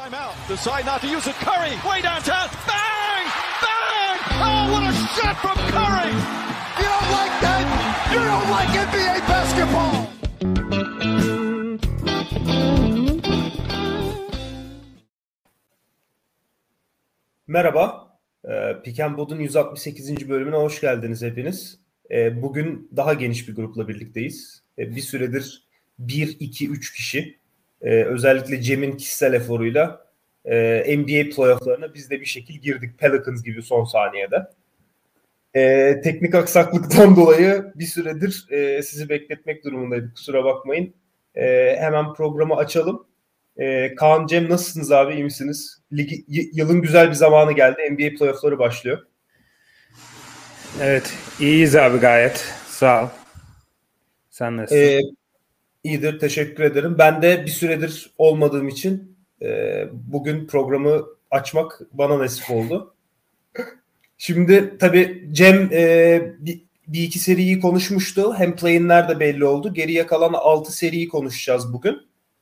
Timeout. Decide not to use it. Curry, way downtown. Bang! Bang! Oh, what a shot from Curry! You don't like that? You don't like NBA basketball! Merhaba. Pick and Pod'un 168. bölümüne hoş geldiniz hepiniz. Bugün daha geniş bir grupla birlikteyiz. Bir süredir 1, 2, 3 kişi. Özellikle Cem'in kişisel eforuyla NBA playofflarına biz de bir şekil girdik. Pelicans gibi son saniyede. Teknik aksaklıktan dolayı bir süredir sizi bekletmek durumundaydık. Kusura bakmayın. Hemen programı açalım. Kaan, Cem nasılsınız abi? İyi misiniz? Yılın güzel bir zamanı geldi. NBA playoffları başlıyor. Evet. İyiyiz abi gayet. Sağ ol. Sen nasılsın? İyidir. Teşekkür ederim. Ben de bir süredir olmadığım için bugün programı açmak bana nasip oldu. Şimdi tabii Cem bir iki seriyi konuşmuştu. Hem play-in'ler de belli oldu. Geriye kalan 6 seriyi konuşacağız bugün.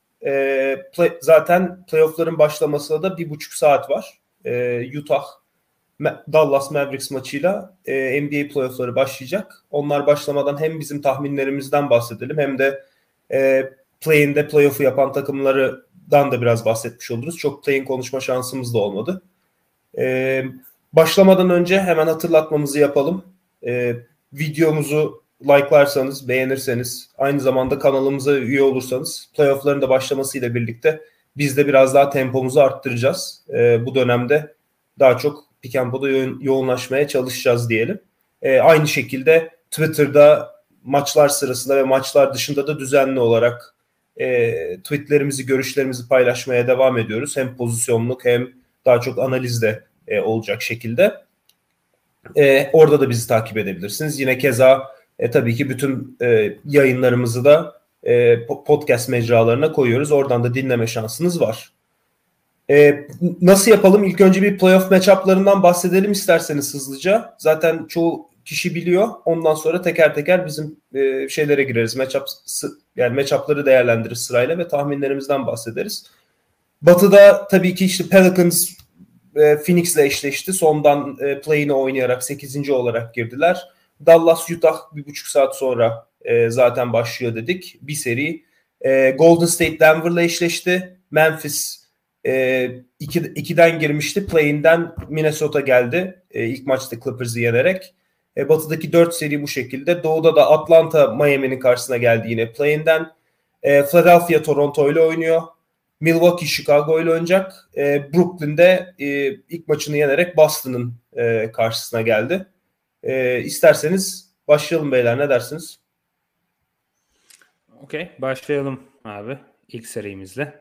Zaten playoff'ların başlamasına da 1,5 saat var. Utah Dallas Mavericks maçıyla NBA playoff'ları başlayacak. Onlar başlamadan hem bizim tahminlerimizden bahsedelim hem de play-in'de playoff'u yapan takımlardan da biraz bahsetmiş oluruz. Çok play-in konuşma şansımız da olmadı. Başlamadan önce hemen hatırlatmamızı yapalım. Videomuzu like'larsanız, beğenirseniz, aynı zamanda kanalımıza üye olursanız playoff'ların da başlamasıyla birlikte biz de biraz daha tempomuzu arttıracağız. Bu dönemde daha çok Pick and Pod'a yoğunlaşmaya çalışacağız diyelim. Aynı şekilde Twitter'da maçlar sırasında ve maçlar dışında da düzenli olarak tweetlerimizi, görüşlerimizi paylaşmaya devam ediyoruz. Hem pozisyonluk hem daha çok analizde olacak şekilde. Orada da bizi takip edebilirsiniz. Yine keza tabii ki bütün yayınlarımızı da podcast mecralarına koyuyoruz. Oradan da dinleme şansınız var. Nasıl yapalım? İlk önce bir playoff matchup'larından bahsedelim isterseniz hızlıca. Zaten çoğu kişi biliyor. Ondan sonra teker teker bizim şeylere gireriz. Matchup'ları değerlendiririz sırayla ve tahminlerimizden bahsederiz. Batı'da tabii ki işte Pelicans Phoenix'le eşleşti. Sondan play-in'e oynayarak 8. olarak girdiler. Dallas, Utah 1,5 saat sonra zaten başlıyor dedik. Bir seri. Golden State Denver'la eşleşti. Memphis 2'den girmişti. Play-in'den Minnesota geldi. İlk maçta Clippers'ı yenerek. Batı'daki 4 seri bu şekilde. Doğu'da da Atlanta Miami'nin karşısına geldi yine play-in'den. Philadelphia Toronto ile oynuyor. Milwaukee Chicago ile oynayacak. Brooklyn'de ilk maçını yenerek Boston'ın karşısına geldi. İsterseniz başlayalım beyler, ne dersiniz? Okey, başlayalım abi ilk serimizle.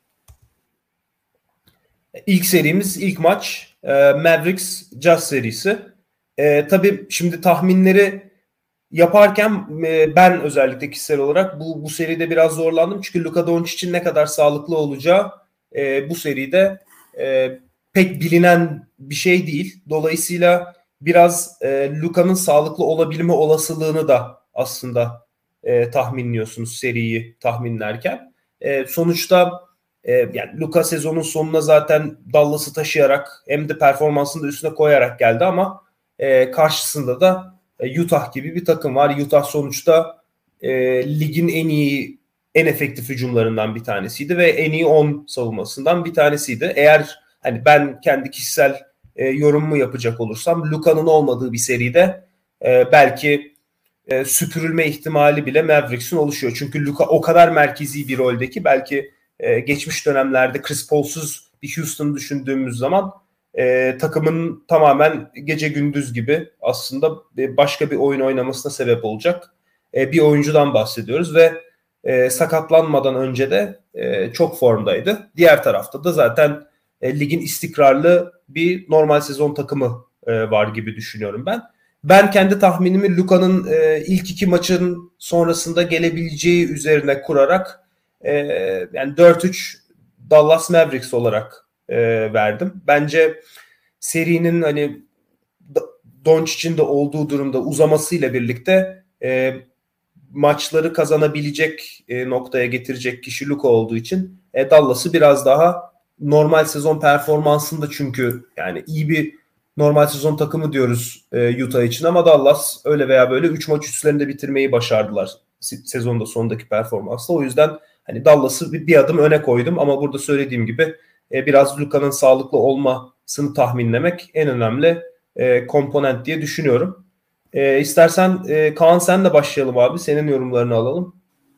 İlk serimiz, ilk maç Mavericks Jazz serisi. Tabii şimdi tahminleri yaparken ben özellikle kişisel olarak bu seride biraz zorlandım. Çünkü Luka Doncic'in ne kadar sağlıklı olacağı bu seride pek bilinen bir şey değil. Dolayısıyla biraz Luka'nın sağlıklı olabilme olasılığını da aslında tahminliyorsunuz seriyi tahminlerken. Sonuçta yani Luka sezonun sonuna zaten Dallas'ı taşıyarak hem de performansını da üstüne koyarak geldi ama karşısında da Utah gibi bir takım var. Utah sonuçta ligin en efektif hücumlarından bir tanesiydi ve en iyi 10 savunmasından bir tanesiydi. Eğer hani ben kendi kişisel yorumumu yapacak olursam Luka'nın olmadığı bir seride belki süpürülme ihtimali bile Mavericks'in oluşuyor. Çünkü Luka o kadar merkezi bir rolde ki belki geçmiş dönemlerde Chris Paul'suz bir Houston'u düşündüğümüz zaman takımın tamamen gece gündüz gibi aslında başka bir oyun oynamasına sebep olacak bir oyuncudan bahsediyoruz ve sakatlanmadan önce de çok formdaydı. Diğer tarafta da zaten ligin istikrarlı bir normal sezon takımı var gibi düşünüyorum ben. Ben kendi tahminimi Luka'nın ilk 2 maçın sonrasında gelebileceği üzerine kurarak yani 4-3 Dallas Mavericks olarak verdim. Bence serinin hani Doncic'in de olduğu durumda uzamasıyla birlikte maçları kazanabilecek noktaya getirecek kişi Luka olduğu için Dallas'ı biraz daha normal sezon performansında, çünkü yani iyi bir normal sezon takımı diyoruz Utah için, ama Dallas öyle veya böyle 3 maç üstlerinde bitirmeyi başardılar sezonda sondaki performansla. O yüzden hani Dallas'ı bir adım öne koydum, ama burada söylediğim gibi biraz Luka'nın sağlıklı olmasını tahminlemek en önemli komponent diye düşünüyorum. İstersen Kaan sen de başlayalım abi. Senin yorumlarını alalım.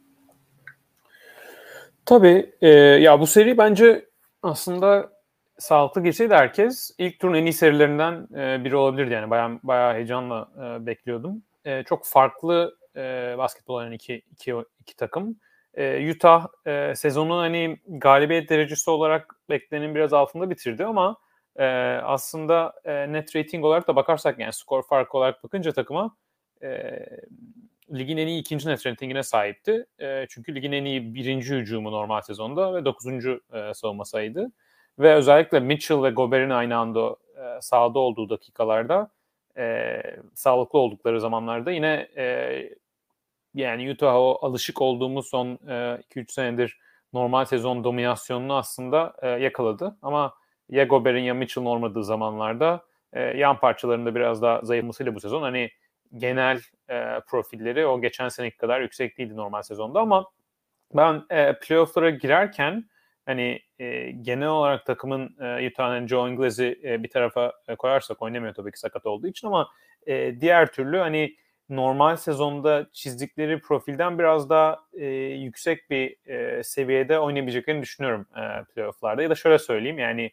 Tabii. Ya bu seri bence aslında sağlıklı geçseydi herkes ilk turun en iyi serilerinden biri olabilirdi. Yani bayağı heyecanla bekliyordum. Çok farklı basketbol oynayan iki takım. Utah sezonu hani galibiyet derecesi olarak beklenenin biraz altında bitirdi ama aslında net rating olarak da bakarsak, yani skor farkı olarak bakınca takıma ligin en iyi ikinci net ratingine sahipti. Çünkü ligin en iyi birinci hücumu normal sezonda ve 9. savunma sayıydı. Ve özellikle Mitchell ve Gobert'in aynı anda sahada olduğu dakikalarda, sağlıklı oldukları zamanlarda yine yani Utah o alışık olduğumuz son 2-3 senedir normal sezon dominasyonunu aslında yakaladı. Ama ya Gobert'in ya Mitchell'ın olmadığı zamanlarda yan parçalarında biraz daha zayıflamasıyla bu sezon hani genel profilleri o geçen seneki kadar yüksek değildi normal sezonda, ama ben playoff'lara girerken hani genel olarak takımın Utah'ın Joe Ingles'i bir tarafa koyarsak, oynamıyor tabii ki sakat olduğu için, ama diğer türlü hani normal sezonda çizdikleri profilden biraz daha yüksek bir seviyede oynayabileceklerini düşünüyorum playoff'larda. Ya da şöyle söyleyeyim, yani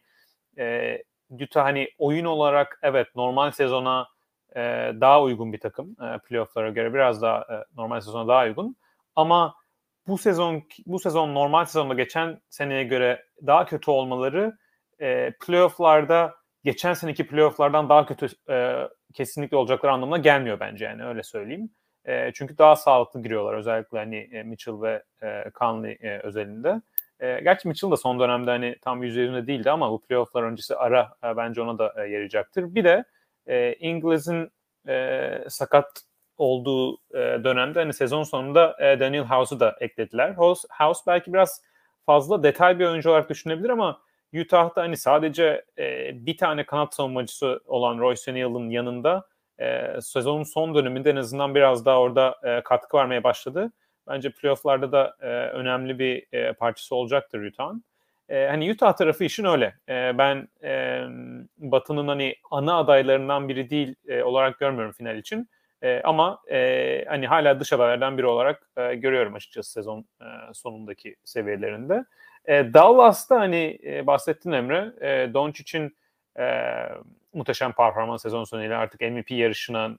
Utah hani oyun olarak evet normal sezona daha uygun bir takım. Playoff'lara göre biraz daha normal sezona daha uygun. Ama bu sezon normal sezonda geçen seneye göre daha kötü olmaları playoff'larda geçen seneki playoff'lardan daha kötü kesinlikle olacakları anlamına gelmiyor bence, yani öyle söyleyeyim. Çünkü daha sağlıklı giriyorlar, özellikle hani Mitchell ve Conley özelinde. Gerçi Mitchell da son dönemde hani tam %100'ünde değildi, ama bu playoff'lar öncesi ara bence ona da yarayacaktır. Bir de Ingles'in sakat olduğu dönemde hani sezon sonunda Daniel House'u da eklediler. House belki biraz fazla detay bir oyuncu olarak düşünebilir, ama Utah'ta hani sadece bir tane kanat savunmacısı olan Royce O'Neal'ın yanında sezonun son döneminde en azından biraz daha orada katkı vermeye başladı. Bence playoff'larda da önemli bir parçası olacaktır Utah'ın. Hani Utah tarafı işin öyle. Ben Batı'nın hani ana adaylarından biri değil olarak görmüyorum final için. Ama hani hala dış adaylardan biri olarak görüyorum açıkçası sezon sonundaki seviyelerinde. Dallas'ta hani bahsettin Emre, Doncic'in muhteşem performans sezon sonuyla artık MVP yarışına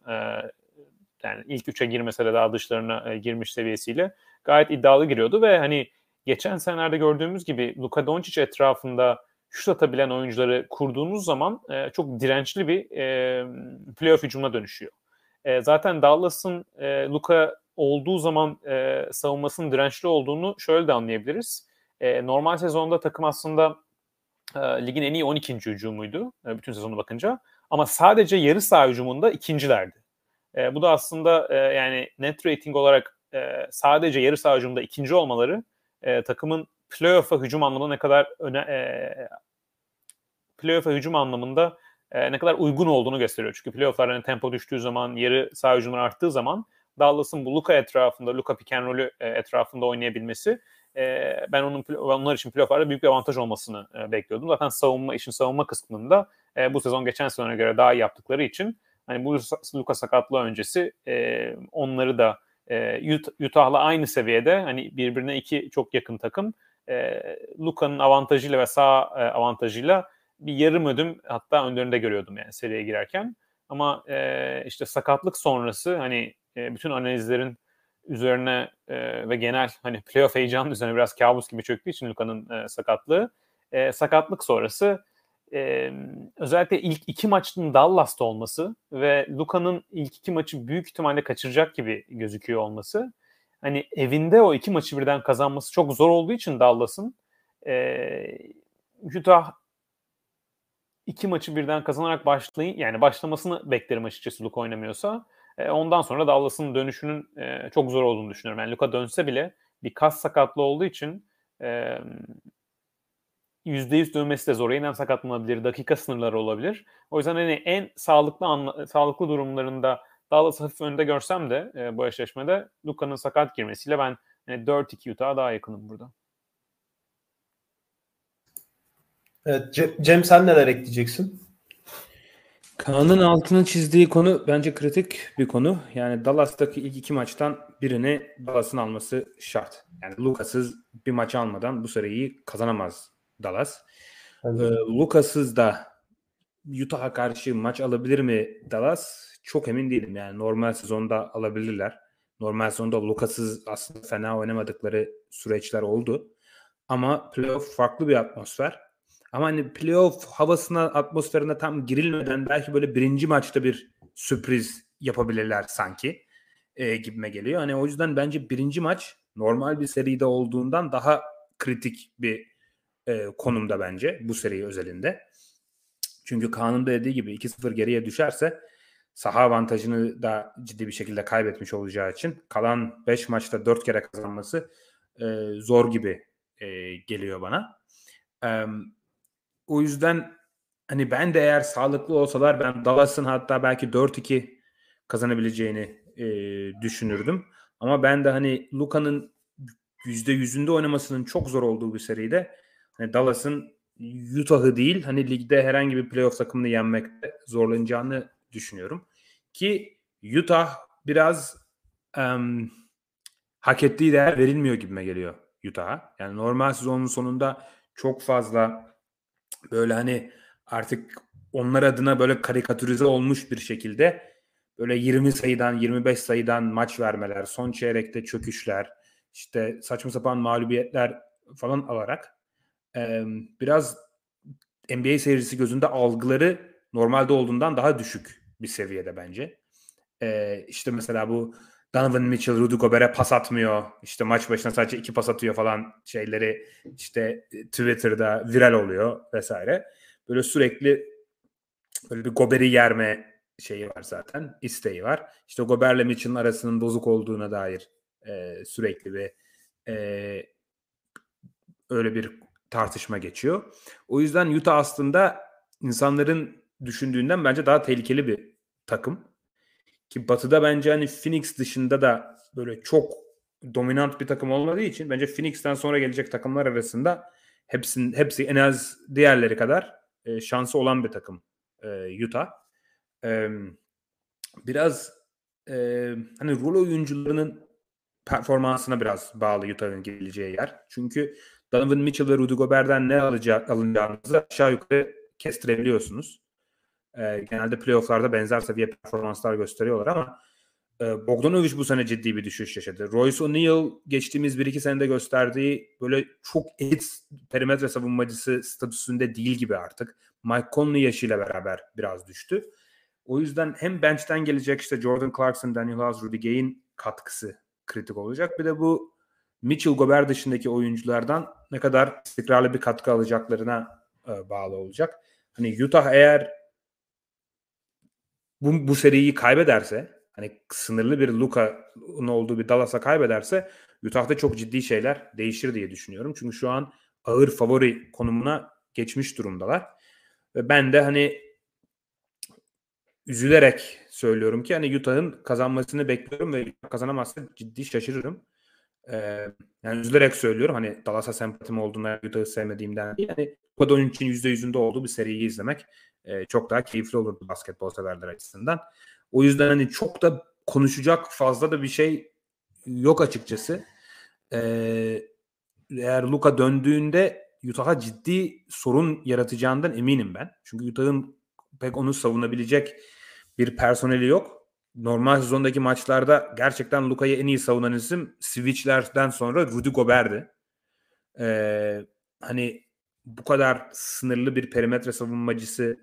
yani ilk 3'e girmese de daha dışlarına girmiş seviyesiyle gayet iddialı giriyordu ve hani geçen senelerde gördüğümüz gibi Luka Doncic etrafında şut atabilen oyuncuları kurduğunuz zaman çok dirençli bir playoff hücumuna dönüşüyor. Zaten Dallas'ın Luka olduğu zaman savunmasının dirençli olduğunu şöyle de anlayabiliriz. Normal sezonda takım aslında ligin en iyi 12. hücumuydu bütün sezonu bakınca. Ama sadece yarı saha hücumunda ikincilerdi. Bu da aslında yani net rating olarak sadece yarı saha hücumunda ikinci olmaları takımın playoff'a hücum anlamında ne kadar playoff'a hücum anlamında ne kadar uygun olduğunu gösteriyor. Çünkü playoff'larda hani tempo düştüğü zaman, yarı saha hücumları arttığı zaman Dallas'ın bu Luka etrafında, Luka pick and roll'ü etrafında oynayabilmesi ben onlar için playoff'larda büyük bir avantaj olmasını bekliyordum. Zaten işin savunma kısmında bu sezon geçen sezona göre daha iyi yaptıkları için hani bu Luka sakatlığı öncesi onları da Utah'la aynı seviyede, hani birbirine iki çok yakın takım, Luka'nın avantajıyla ve sağ avantajıyla bir yarım ödüm hatta önlerinde görüyordum yani seriye girerken. Ama işte sakatlık sonrası hani bütün analizlerin üzerine ve genel hani playoff heyecanının üzerine biraz kabus gibi çöktüğü için Luka'nın sakatlığı. Sakatlık sonrası özellikle ilk iki maçın Dallas'ta olması ve Luka'nın ilk iki maçı büyük ihtimalle kaçıracak gibi gözüküyor olması. Hani evinde o iki maçı birden kazanması çok zor olduğu için Dallas'ın Utah iki maçı birden kazanarak başlamasını beklerim açıkçası Luka oynamıyorsa. Ondan sonra Dallas'ın dönüşünün çok zor olduğunu düşünüyorum. Yani Luka dönse bile bir kas sakatlığı olduğu için %100 dönmesi de zor. Yeniden sakatlanabilir, dakika sınırları olabilir. O yüzden hani en sağlıklı durumlarında Dallas hafif önde görsem de bu eşleşmede Luka'nın sakat girmesiyle ben 4-2 Utah'a daha yakınım burada. Evet, Cem sen neler ekleyeceksin? Kaan'ın altını çizdiği konu bence kritik bir konu. Yani Dallas'taki ilk 2 maçtan birini Dallas'ın alması şart. Yani Lucas'ız bir maç almadan bu seriyi kazanamaz Dallas. Lucas'ız da Utah'a karşı maç alabilir mi Dallas? Çok emin değilim. Yani normal sezonda alabilirler. Normal sezonda Lucas'ız aslında fena oynamadıkları süreçler oldu. Ama playoff farklı bir atmosfer. Ama hani playoff havasına, atmosferine tam girilmeden belki böyle birinci maçta bir sürpriz yapabilirler sanki gibime geliyor. Hani o yüzden bence birinci maç normal bir seride olduğundan daha kritik bir konumda bence bu seri özelinde. Çünkü Kaan'ın da dediği gibi 2-0 geriye düşerse saha avantajını da ciddi bir şekilde kaybetmiş olacağı için kalan 5 maçta 4 kere kazanması zor gibi geliyor bana. O yüzden hani ben de eğer sağlıklı olsalar ben Dallas'ın hatta belki 4-2 kazanabileceğini düşünürdüm. Ama ben de hani Luka'nın %100'ünde oynamasının çok zor olduğu bir seride hani Dallas'ın Utah'ı değil hani ligde herhangi bir playoff takımını yenmekte zorlanacağını düşünüyorum. Ki Utah biraz hak ettiği değer verilmiyor gibime geliyor Utah'a. Yani normal sezonun sonunda çok fazla böyle hani artık onlar adına böyle karikatürize olmuş bir şekilde böyle 20 sayıdan 25 sayıdan maç vermeler, son çeyrekte çöküşler, işte saçma sapan mağlubiyetler falan alarak biraz NBA seyircisi gözünde algıları normalde olduğundan daha düşük bir seviyede bence. İşte mesela bu Donovan Mitchell, Rudy Gobert'e pas atmıyor. İşte maç başına sadece 2 pas atıyor falan şeyleri işte Twitter'da viral oluyor vesaire. Böyle sürekli böyle bir Gobert'i yerme şeyi var zaten. İsteği var. İşte Gobert'le Mitchell'ın arasının bozuk olduğuna dair sürekli bir öyle bir tartışma geçiyor. O yüzden Utah aslında insanların düşündüğünden bence daha tehlikeli bir takım. Ki Batı'da bence hani Phoenix dışında da böyle çok dominant bir takım olmadığı için bence Phoenix'ten sonra gelecek takımlar arasında hepsi en az diğerleri kadar şansı olan bir takım Utah. Biraz hani rol oyuncularının performansına biraz bağlı Utah'ın geleceği yer. Çünkü Donovan Mitchell ve Rudy Gobert'den ne alacağınızı aşağı yukarı kestirebiliyorsunuz. Genelde playofflarda benzer seviye performanslar gösteriyorlar ama Bogdanovic bu sene ciddi bir düşüş yaşadı. Royce O'Neal geçtiğimiz 1-2 senede gösterdiği böyle çok elit perimetre savunmacısı statüsünde değil gibi artık. Mike Conley yaşıyla beraber biraz düştü. O yüzden hem bench'ten gelecek işte Jordan Clarkson, Daniel House, Rudy Gay'in katkısı kritik olacak. Bir de bu Mitchell Gobert dışındaki oyunculardan ne kadar istikrarlı bir katkı alacaklarına bağlı olacak. Hani Utah eğer bu seriyi kaybederse hani sınırlı bir Luka'nın olduğu bir Dallas'a kaybederse Utah'da çok ciddi şeyler değişir diye düşünüyorum. Çünkü şu an ağır favori konumuna geçmiş durumdalar. Ve ben de hani üzülerek söylüyorum ki hani Utah'ın kazanmasını bekliyorum ve kazanamazsa ciddi şaşırırım. Yani üzülerek söylüyorum hani Dallas'a sempatim olduğundan Utah'ı sevmediğimden değil. Yani bu kadar onun için %100'ünde olduğu bir seriyi izlemek çok daha keyifli olurdu basketbol severler açısından. O yüzden hani çok da konuşacak fazla da bir şey yok açıkçası. Eğer Luka döndüğünde Utah'a ciddi sorun yaratacağından eminim ben. Çünkü Utah'ın pek onu savunabilecek bir personeli yok. Normal sezondaki maçlarda gerçekten Luka'yı en iyi savunan isim switchlerden sonra Rudy Gobert'ti. Hani bu kadar sınırlı bir perimetre savunmacısı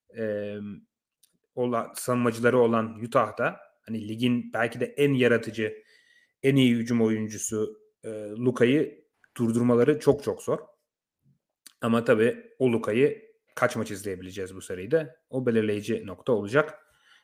savunmacıları olan Utah'da hani ligin belki de en yaratıcı, en iyi hücum oyuncusu Luka'yı durdurmaları çok çok zor. Ama tabii o Luka'yı kaç maç izleyebileceğiz bu seride? O belirleyici nokta olacak.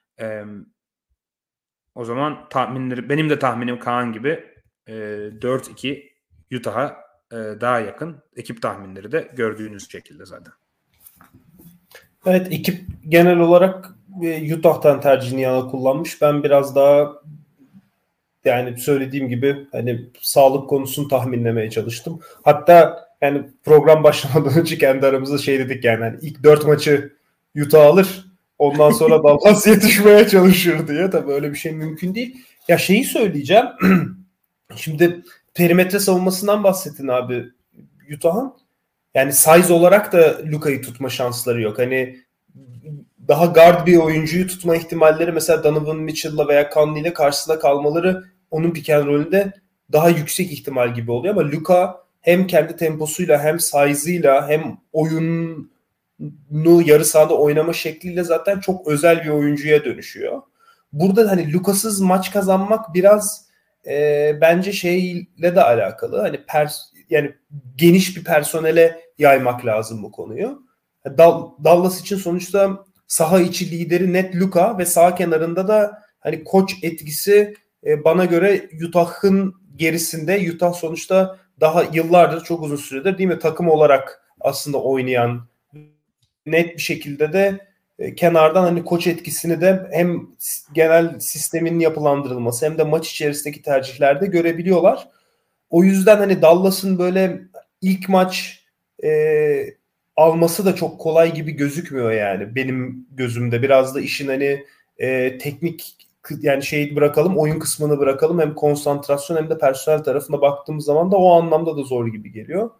O zaman benim de tahminim Kaan gibi 4-2 Utah'a daha yakın. Ekip tahminleri de gördüğünüz şekilde zaten. Evet, ekip genel olarak Utah'tan tercihini yana kullanmış. Ben biraz daha yani söylediğim gibi hani sağlık konusunu tahminlemeye çalıştım. Hatta yani program başlamadan önce kendi aramızda şey dedik yani hani ilk 4 maçı Utah alır. Ondan sonra Dallas yetişmeye çalışır diye. Tabii öyle bir şey mümkün değil. Ya şeyi söyleyeceğim. Şimdi perimetre savunmasından bahsettin abi Utah'ın. Yani size olarak da Luka'yı tutma şansları yok. Hani daha guard bir oyuncuyu tutma ihtimalleri mesela Donovan Mitchell'la veya Conley ile karşısında kalmaları onun pick and roll'ünde daha yüksek ihtimal gibi oluyor ama Luka hem kendi temposuyla hem size'ıyla hem oyununu yarı sahada oynama şekliyle zaten çok özel bir oyuncuya dönüşüyor. Burada hani Luka'sız maç kazanmak biraz bence şeyle de alakalı. Hani yani geniş bir personele yaymak lazım bu konuyu. Dallas için sonuçta saha içi lideri net Luka ve sağ kenarında da hani koç etkisi bana göre Utah'ın gerisinde. Utah sonuçta daha yıllardır çok uzun süredir değil mi takım olarak aslında oynayan net bir şekilde de kenardan hani koç etkisini de hem genel sistemin yapılandırılması hem de maç içerisindeki tercihlerde görebiliyorlar. O yüzden hani Dallas'ın böyle ilk maç alması da çok kolay gibi gözükmüyor yani benim gözümde. Biraz da işin hani teknik yani şeyi bırakalım, oyun kısmını bırakalım. Hem konsantrasyon hem de personel tarafına baktığımız zaman da o anlamda da zor gibi geliyor.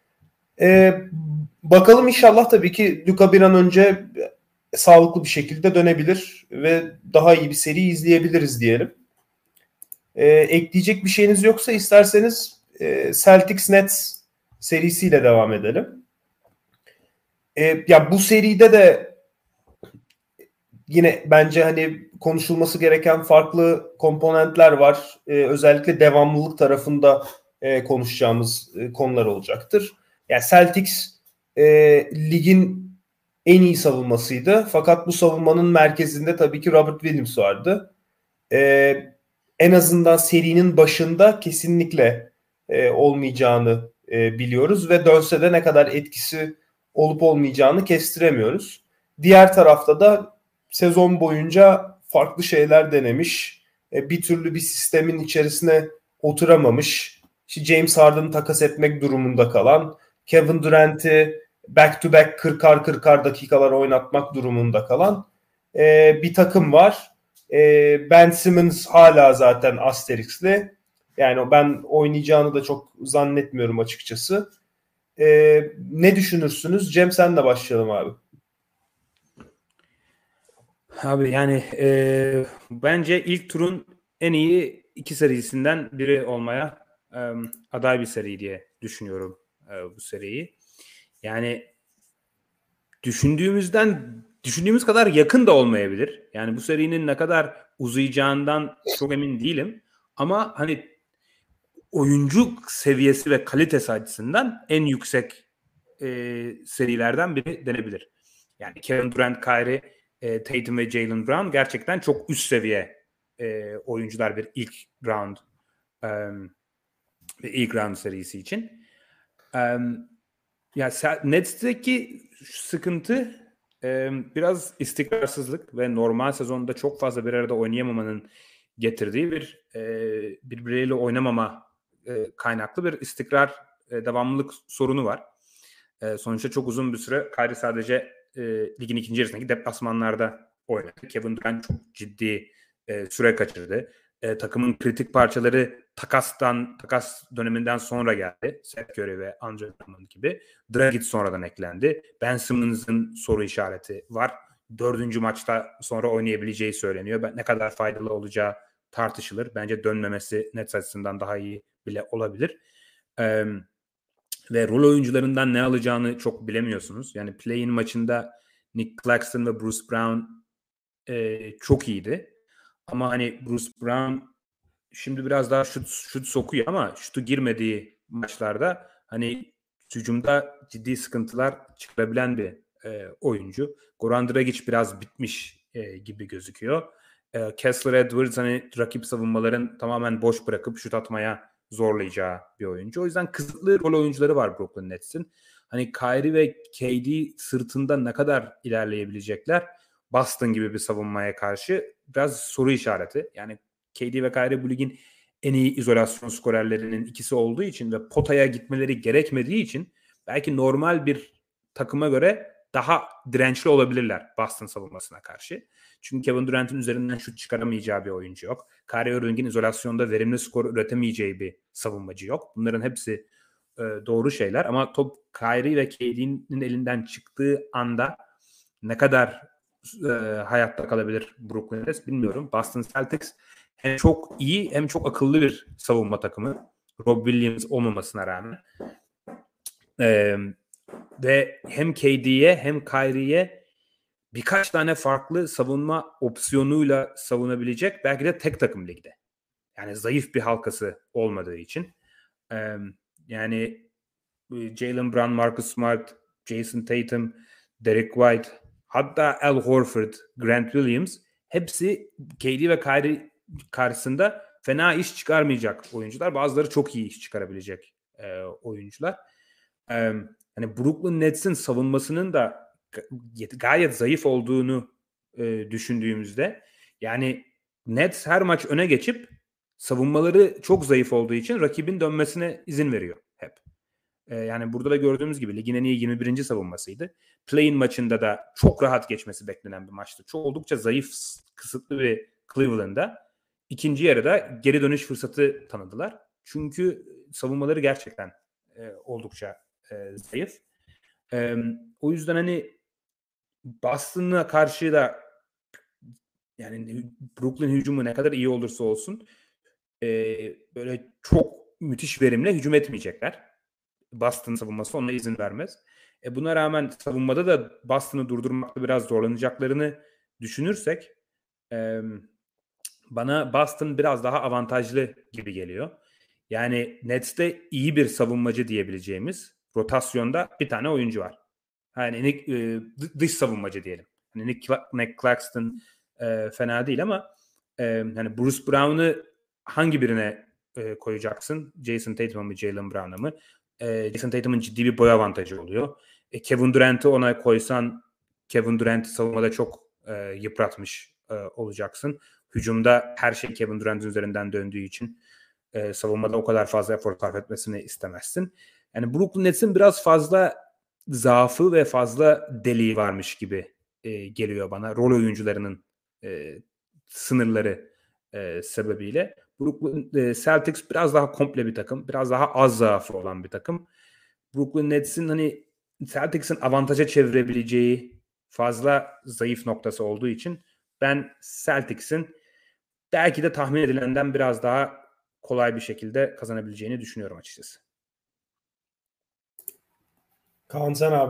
Bakalım inşallah tabii ki Luka bir an önce sağlıklı bir şekilde dönebilir ve daha iyi bir seri izleyebiliriz diyelim. Ekleyecek bir şeyiniz yoksa isterseniz Celtics Nets serisiyle devam edelim. Ya bu seride de yine bence hani konuşulması gereken farklı komponentler var. Özellikle devamlılık tarafında konuşacağımız konular olacaktır. Yani Celtics ligin en iyi savunmasıydı. Fakat bu savunmanın merkezinde tabii ki Robert Williams vardı. En azından serinin başında kesinlikle olmayacağını biliyoruz ve dönse de ne kadar etkisi olup olmayacağını kestiremiyoruz. Diğer tarafta da sezon boyunca farklı şeyler denemiş. Bir türlü bir sistemin içerisine oturamamış. İşte James Harden'ı takas etmek durumunda kalan, Kevin Durant'i back to back 40'ar dakikalar oynatmak durumunda kalan bir takım var. Ben Simmons hala zaten asterix'li. Yani ben oynayacağını da çok zannetmiyorum açıkçası. Ne düşünürsünüz? Cem senle başlayalım abi. Abi yani bence ilk turun en iyi iki serisinden biri olmaya aday bir seri diye düşünüyorum bu seriyi. Yani düşündüğümüz kadar yakın da olmayabilir. Yani bu serinin ne kadar uzayacağından çok emin değilim. Ama hani oyuncu seviyesi ve kalitesi açısından en yüksek serilerden biri denebilir. Yani Kevin Durant, Kyrie, Tatum ve Jaylen Brown gerçekten çok üst seviye oyuncular bir ilk round serisi için. Ya Nets'teki sıkıntı biraz istikrarsızlık ve normal sezonda çok fazla bir arada oynayamamanın getirdiği birbirleriyle oynamama kaynaklı bir istikrar, devamlılık sorunu var. Sonuçta çok uzun bir süre Kyrie sadece ligin ikinci yarısındaki deplasmanlarda oynadı. Kevin Durant çok ciddi süre kaçırdı. Takımın kritik parçaları takas döneminden sonra geldi. Seth Curry ve Andre Drummond gibi. Dragic sonradan eklendi. Ben Simmons'ın soru işareti var. 4. maçta sonra oynayabileceği söyleniyor. Ne kadar faydalı olacağı tartışılır. Bence dönmemesi Nets açısından daha iyi bile olabilir. Ve rol oyuncularından ne alacağını çok bilemiyorsunuz. Yani play-in maçında Nick Claxton ve Bruce Brown çok iyiydi. Ama hani Bruce Brown şimdi biraz daha şut sokuyor ama şutu girmediği maçlarda hani hücumda ciddi sıkıntılar çıkarabilen bir oyuncu. Goran Dragic biraz bitmiş gibi gözüküyor. Kessler Edwards hani rakip savunmaların tamamen boş bırakıp şut atmaya zorlayacağı bir oyuncu. O yüzden kısıtlı rol oyuncuları var Brooklyn Nets'in. Hani Kyrie ve KD sırtında ne kadar ilerleyebilecekler? Boston gibi bir savunmaya karşı biraz soru işareti. Yani KD ve Kyrie bu ligin en iyi izolasyon skorerlerinin ikisi olduğu için ve potaya gitmeleri gerekmediği için belki normal bir takıma göre daha dirençli olabilirler Boston savunmasına karşı. Çünkü Kevin Durant'in üzerinden şut çıkaramayacağı bir oyuncu yok. Kyrie Irving'in izolasyonda verimli skor üretemeyeceği bir savunmacı yok. Bunların hepsi doğru şeyler ama top Kyrie ve KD'nin elinden çıktığı anda ne kadar hayatta kalabilir Brooklyn Nets bilmiyorum. Boston Celtics hem çok iyi hem çok akıllı bir savunma takımı. Rob Williams olmamasına rağmen. Ve hem KD'ye hem Kyrie'ye birkaç tane farklı savunma opsiyonuyla savunabilecek belki de tek takım ligde. Yani zayıf bir halkası olmadığı için. Yani Jaylen Brown, Marcus Smart, Jason Tatum, Derek White, hatta Al Horford, Grant Williams hepsi KD ve Kyrie karşısında fena iş çıkarmayacak oyuncular. Bazıları çok iyi iş çıkarabilecek oyuncular. Hani Brooklyn Nets'in savunmasının da gayet zayıf olduğunu düşündüğümüzde yani Nets her maç öne geçip savunmaları çok zayıf olduğu için rakibin dönmesine izin veriyor hep. Yani burada da gördüğümüz gibi ligin en iyi 21. savunmasıydı. Play-in maçında da çok rahat geçmesi beklenen bir maçtı. Çok oldukça zayıf, kısıtlı bir Cleveland'da ikinci yarıda geri dönüş fırsatı tanıdılar. Çünkü savunmaları gerçekten oldukça zayıf. O yüzden hani Boston'a karşı da yani Brooklyn hücumu ne kadar iyi olursa olsun böyle çok müthiş verimle hücum etmeyecekler. Boston savunması ona izin vermez. Buna rağmen savunmada da Boston'ı durdurmakta biraz zorlanacaklarını düşünürsek bana Boston biraz daha avantajlı gibi geliyor. Yani Nets'te iyi bir savunmacı diyebileceğimiz rotasyonda bir tane oyuncu var. Yani dış savunmacı diyelim. Hani Nick Claxton fena değil ama hani Bruce Brown'u hangi birine koyacaksın? Jason Tatum'a mı, Jaylen Brown'a mı? Jason Tatum'un ciddi bir boy avantajı oluyor. Kevin Durant'ı ona koysan Kevin Durant'ı savunmada çok yıpratmış olacaksın. Hücumda her şey Kevin Durant'ın üzerinden döndüğü için savunmada o kadar fazla efor sarf etmesini istemezsin. Yani Brooklyn Nets'in biraz fazla zaafı ve fazla deliği varmış gibi geliyor bana. Rol oyuncularının sınırları sebebiyle. Brooklyn Celtics biraz daha komple bir takım. Biraz daha az zaafı olan bir takım. Brooklyn Nets'in hani Celtics'in avantaja çevirebileceği fazla zayıf noktası olduğu için ben Celtics'in belki de tahmin edilenden biraz daha kolay bir şekilde kazanabileceğini düşünüyorum açıkçası. Kaan sen abi?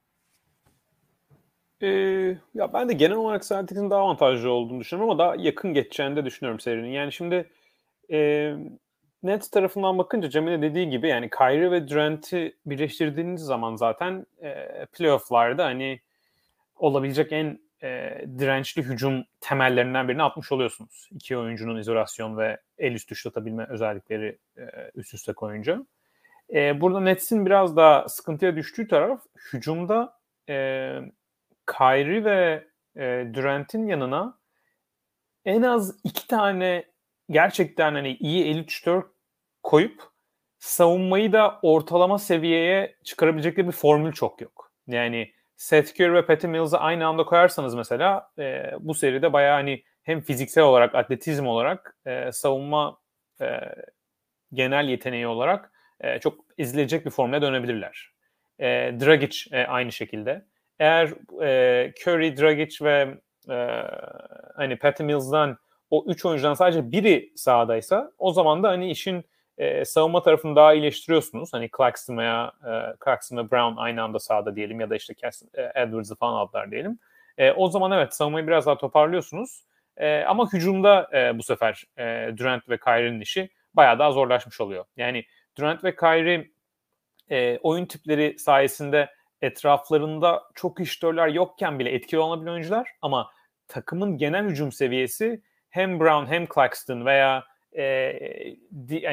Ya ben de genel olarak Celtics'in daha avantajlı olduğunu düşünüyorum ama daha yakın geçeceğini de düşünüyorum serinin. Yani şimdi Nets tarafından bakınca Cemil'e dediği gibi yani Kyrie ve Durant'i birleştirdiğiniz zaman zaten playoff'larda hani olabilecek en dirençli hücum temellerinden birini atmış oluyorsunuz. İki oyuncunun izolasyon ve el üstü şut atabilme özellikleri üst üste koyunca. Burada Nets'in biraz daha sıkıntıya düştüğü taraf hücumda Kyrie ve Durant'in yanına en az 2 tane gerçekten hani iyi elit şutör koyup savunmayı da ortalama seviyeye çıkarabilecekleri bir formül çok yok. Yani Seth Curry ve Patty Mills'ı aynı anda koyarsanız mesela bu seride bayağı hani hem fiziksel olarak, atletizm olarak savunma genel yeteneği olarak çok ezilecek bir formüle dönebilirler. Dragic aynı şekilde. Eğer Curry, Dragic ve hani Patty Mills'dan o 3 oyuncudan sadece biri sahadaysa o zaman da hani işin savunma tarafını daha iyileştiriyorsunuz. Hani Claxton ve Brown aynı anda sahada diyelim ya da işte Edwards'ı falan aldılar diyelim. O zaman evet savunmayı biraz daha toparlıyorsunuz. Ama hücumda bu sefer Durant ve Kyrie'nin işi bayağı daha zorlaşmış oluyor. Yani Durant ve Kyrie oyun tipleri sayesinde etraflarında çok iştörler yokken bile etkili olabilen oyuncular ama takımın genel hücum seviyesi hem Brown hem Claxton veya hani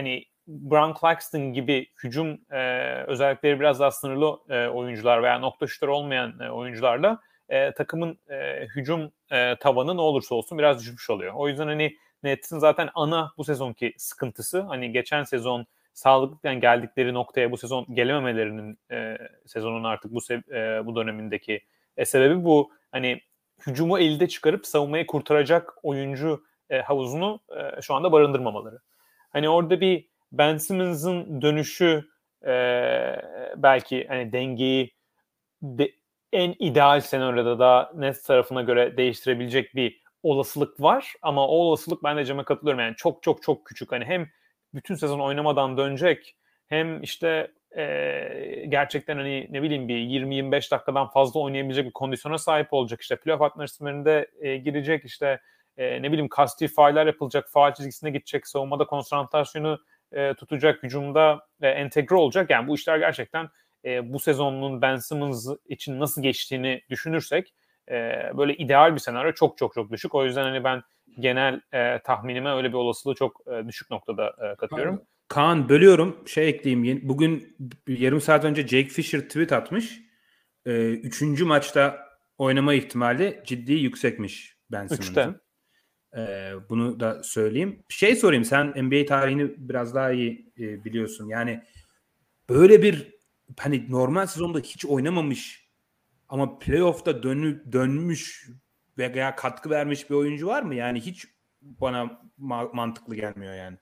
Brown Claxton gibi hücum özellikleri biraz daha sınırlı oyuncular veya nokta şutör olmayan oyuncularla takımın hücum tavanı ne olursa olsun biraz düşmüş oluyor. O yüzden hani Nets'in zaten ana bu sezonki sıkıntısı, hani geçen sezon sağlıklıken geldikleri noktaya bu sezon gelememelerinin sezonun artık bu dönemindeki sebebi bu. Hani hücumu elde çıkarıp savunmayı kurtaracak oyuncu havuzunu şu anda barındırmamaları. Hani orada bir Ben Simmons'ın dönüşü belki hani dengeyi en ideal senaryoda da Nets tarafına göre değiştirebilecek bir olasılık var. Ama o olasılık, ben de Cem'e katılıyorum, yani çok çok çok küçük. Hani hem bütün sezon oynamadan dönecek, hem işte gerçekten hani ne bileyim bir 20-25 dakikadan fazla oynayabilecek bir kondisyona sahip olacak. İşte playoff atmosferinde girecek, işte ne bileyim kasti fauller yapılacak, faul çizgisine gidecek, savunmada konsantrasyonu tutacak, hücumda entegre olacak. Yani bu işler gerçekten bu sezonun Ben Simmons için nasıl geçtiğini düşünürsek böyle ideal bir senaryo çok çok çok düşük. O yüzden hani ben genel tahminime öyle bir olasılığı çok düşük noktada katıyorum. Kaan, bölüyorum. Ekleyeyim. Bugün yarım saat önce Jake Fisher tweet atmış. 3. maçta oynama ihtimali ciddi yüksekmiş Ben Simmons'ın. Bunu da söyleyeyim. Sorayım, sen NBA tarihini biraz daha iyi biliyorsun. Yani böyle bir hani normal sezonda hiç oynamamış ama playoff'ta dönmüş veya katkı vermiş bir oyuncu var mı? Yani hiç bana mantıklı gelmiyor yani.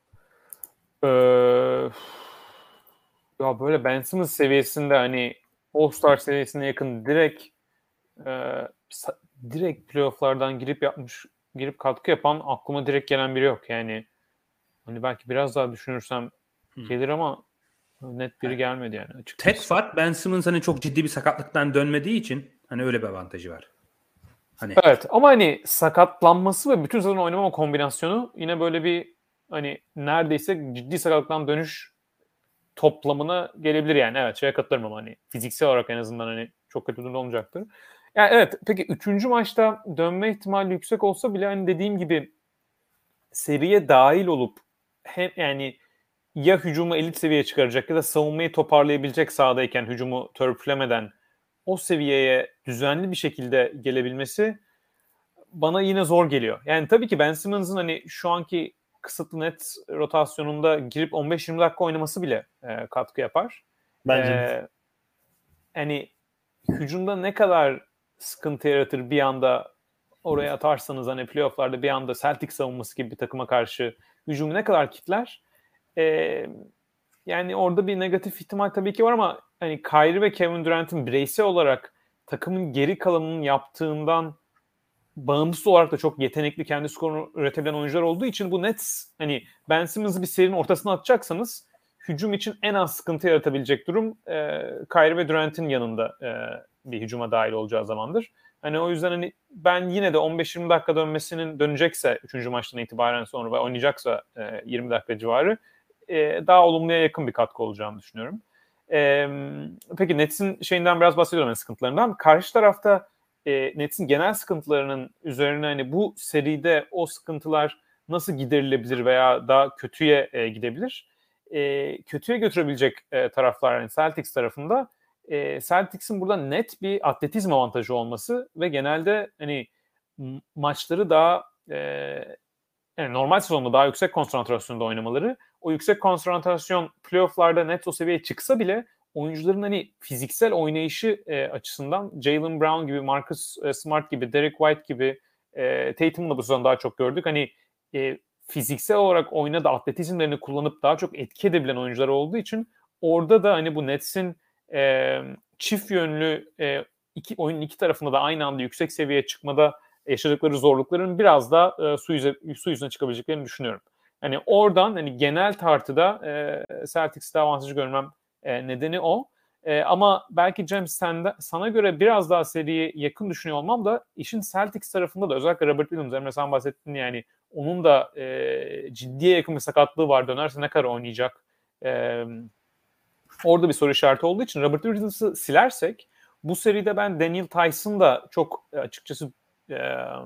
Ya böyle Ben Simmons seviyesinde, hani All-Star seviyesine yakın direkt playoff'lardan girip katkı yapan aklıma direkt gelen biri yok. Yani hani belki biraz daha düşünürsem gelir ama net biri gelmedi yani açıkçası. Tek fark, Ben Simmons hani çok ciddi bir sakatlıktan dönmediği için hani öyle bir avantajı var. Hani evet, ama hani sakatlanması ve bütün sezon oynamama kombinasyonu yine böyle bir hani neredeyse ciddi sakatlıktan dönüş toplamına gelebilir yani. Evet, katılırım ama hani fiziksel olarak en azından hani çok kötü durumda olmayacaktır. Yani evet, peki 3. maçta dönme ihtimali yüksek olsa bile hani dediğim gibi seriye dahil olup hem yani ya hücumu elit seviyeye çıkaracak ya da savunmayı toparlayabilecek sahadayken hücumu törpülemeden o seviyeye düzenli bir şekilde gelebilmesi bana yine zor geliyor. Yani tabii ki Ben Simmons'ın hani şu anki kısıtlı net rotasyonunda girip 15-20 dakika oynaması bile katkı yapar. Bence. Hani hücumda ne kadar sıkıntı yaratır bir anda oraya atarsanız, hani playoff'larda bir anda Celtics savunması gibi bir takıma karşı hücumu ne kadar kitler? Yani orada bir negatif ihtimal tabii ki var ama hani Kyrie ve Kevin Durant'in bireysel olarak takımın geri kalanının yaptığından bağımsız olarak da çok yetenekli, kendi skorunu üretebilen oyuncular olduğu için bu Nets, hani Ben Simmons'ı bir serinin ortasına atacaksanız hücum için en az sıkıntı yaratabilecek durum Kyrie ve Durant'in yanında bir hücuma dahil olacağı zamandır. Hani o yüzden hani ben yine de 15-20 dakika dönecekse 3. maçtan itibaren sonra ve oynayacaksa 20 dakika civarı daha olumluya yakın bir katkı olacağını düşünüyorum. Peki Nets'in şeyinden biraz bahsediyorum, yani sıkıntılarından. Karşı tarafta Nets'in genel sıkıntılarının üzerine hani bu seride o sıkıntılar nasıl giderilebilir veya daha kötüye gidebilir? Kötüye götürebilecek taraflar yani Celtics tarafında Celtics'in burada net bir atletizm avantajı olması ve genelde hani maçları daha yani normal sezonda daha yüksek konsantrasyonda oynamaları, o yüksek konsantrasyon playoff'larda net o seviyeye çıksa bile oyuncuların hani fiziksel oynayışı açısından Jaylen Brown gibi, Marcus Smart gibi, Derek White gibi, Tatum'la bu sezon daha çok gördük. Hani fiziksel olarak oyuna atletizmlerini kullanıp daha çok etki edebilen oyuncular olduğu için orada da hani bu Nets'in çift yönlü oyunun iki tarafında da aynı anda yüksek seviyeye çıkmada yaşadıkları zorlukların biraz da su yüzüne çıkabileceklerini düşünüyorum. Hani oradan hani genel tartıda Celtics'te avantajı görmem nedeni o. Ama belki Cem sana göre biraz daha seriye yakın düşünüyor olmam da işin Celtics tarafında da özellikle Robert Williams, Emre sen bahsettin, yani onun da ciddiye yakın bir sakatlığı var. Dönerse ne kadar oynayacak? Orada bir soru işareti olduğu için Robert Williams'ı silersek bu seride ben Daniel Tyson da çok açıkçası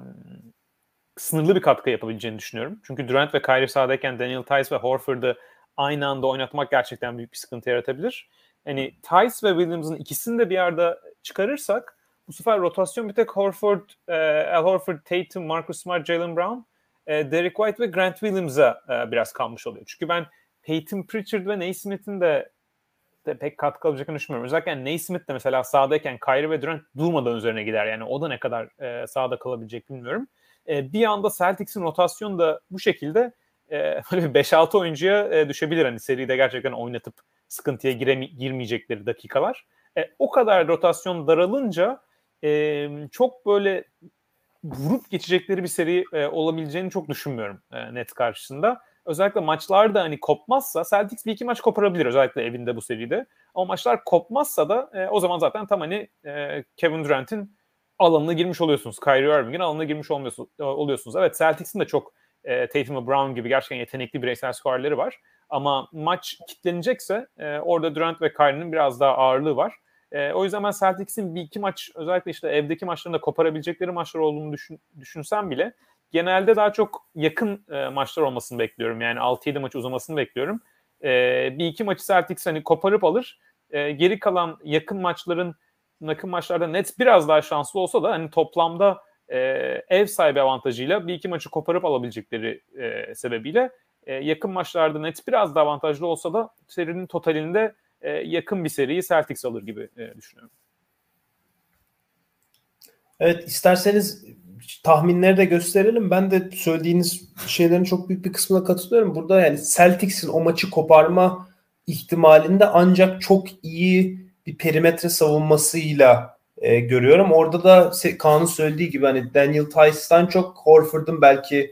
sınırlı bir katkı yapabileceğini düşünüyorum. Çünkü Durant ve Kyrie sahadayken Daniel Tice ve Horford'u aynı anda oynatmak gerçekten büyük bir sıkıntı yaratabilir. Hani Tice ve Williams'ın ikisini de bir arada çıkarırsak bu sefer rotasyon bir tek Horford, Al Horford, Tatum, Marcus Smart, Jaylen Brown, Derek White ve Grant Williams'a biraz kalmış oluyor. Çünkü ben Peyton Pritchard ve Naismith'in de pek katkı alacaklarını düşünmüyorum. Özellikle Naismith de mesela sahadayken Kyrie ve Durant durmadan üzerine gider. Yani o da ne kadar sahada kalabilecek bilmiyorum. Bir anda Celtics'in rotasyonu da bu şekilde böyle 5-6 oyuncuya düşebilir. Hani seride gerçekten oynatıp sıkıntıya girmeyecekleri dakikalar. O kadar rotasyon daralınca çok böyle vurup geçecekleri bir seri olabileceğini çok düşünmüyorum net karşısında. Özellikle maçlarda hani kopmazsa Celtics bir iki maç koparabilir özellikle evinde bu seride. Ama maçlar kopmazsa da o zaman zaten tam hani Kevin Durant'in alanına girmiş oluyorsunuz. Kyrie Irving'in alanına girmiş oluyorsunuz. Evet, Celtics'in de çok Tatum ve Brown gibi gerçekten yetenekli bireysel skorları var. Ama maç kitlenecekse orada Durant ve Kyrie'nin biraz daha ağırlığı var. O yüzden ben Celtics'in bir iki maç özellikle işte evdeki maçlarında koparabilecekleri maçlar olduğunu düşünsem bile genelde daha çok yakın maçlar olmasını bekliyorum. Yani 6-7 maç uzamasını bekliyorum. Bir iki maçı Celtics hani koparıp alır. Geri kalan yakın maçlarda net biraz daha şanslı olsa da hani toplamda ev sahibi avantajıyla bir iki maçı koparıp alabilecekleri sebebiyle yakın maçlarda net biraz daha avantajlı olsa da serinin totalinde yakın bir seriyi Celtics alır gibi düşünüyorum. Evet, isterseniz tahminleri de gösterelim. Ben de söylediğiniz şeylerin çok büyük bir kısmına katılıyorum. Burada yani Celtics'in o maçı koparma ihtimalinde ancak çok iyi bir perimetre savunmasıyla görüyorum. Orada da Kaan'ın söylediği gibi hani Daniel Tice'dan çok Horford'un belki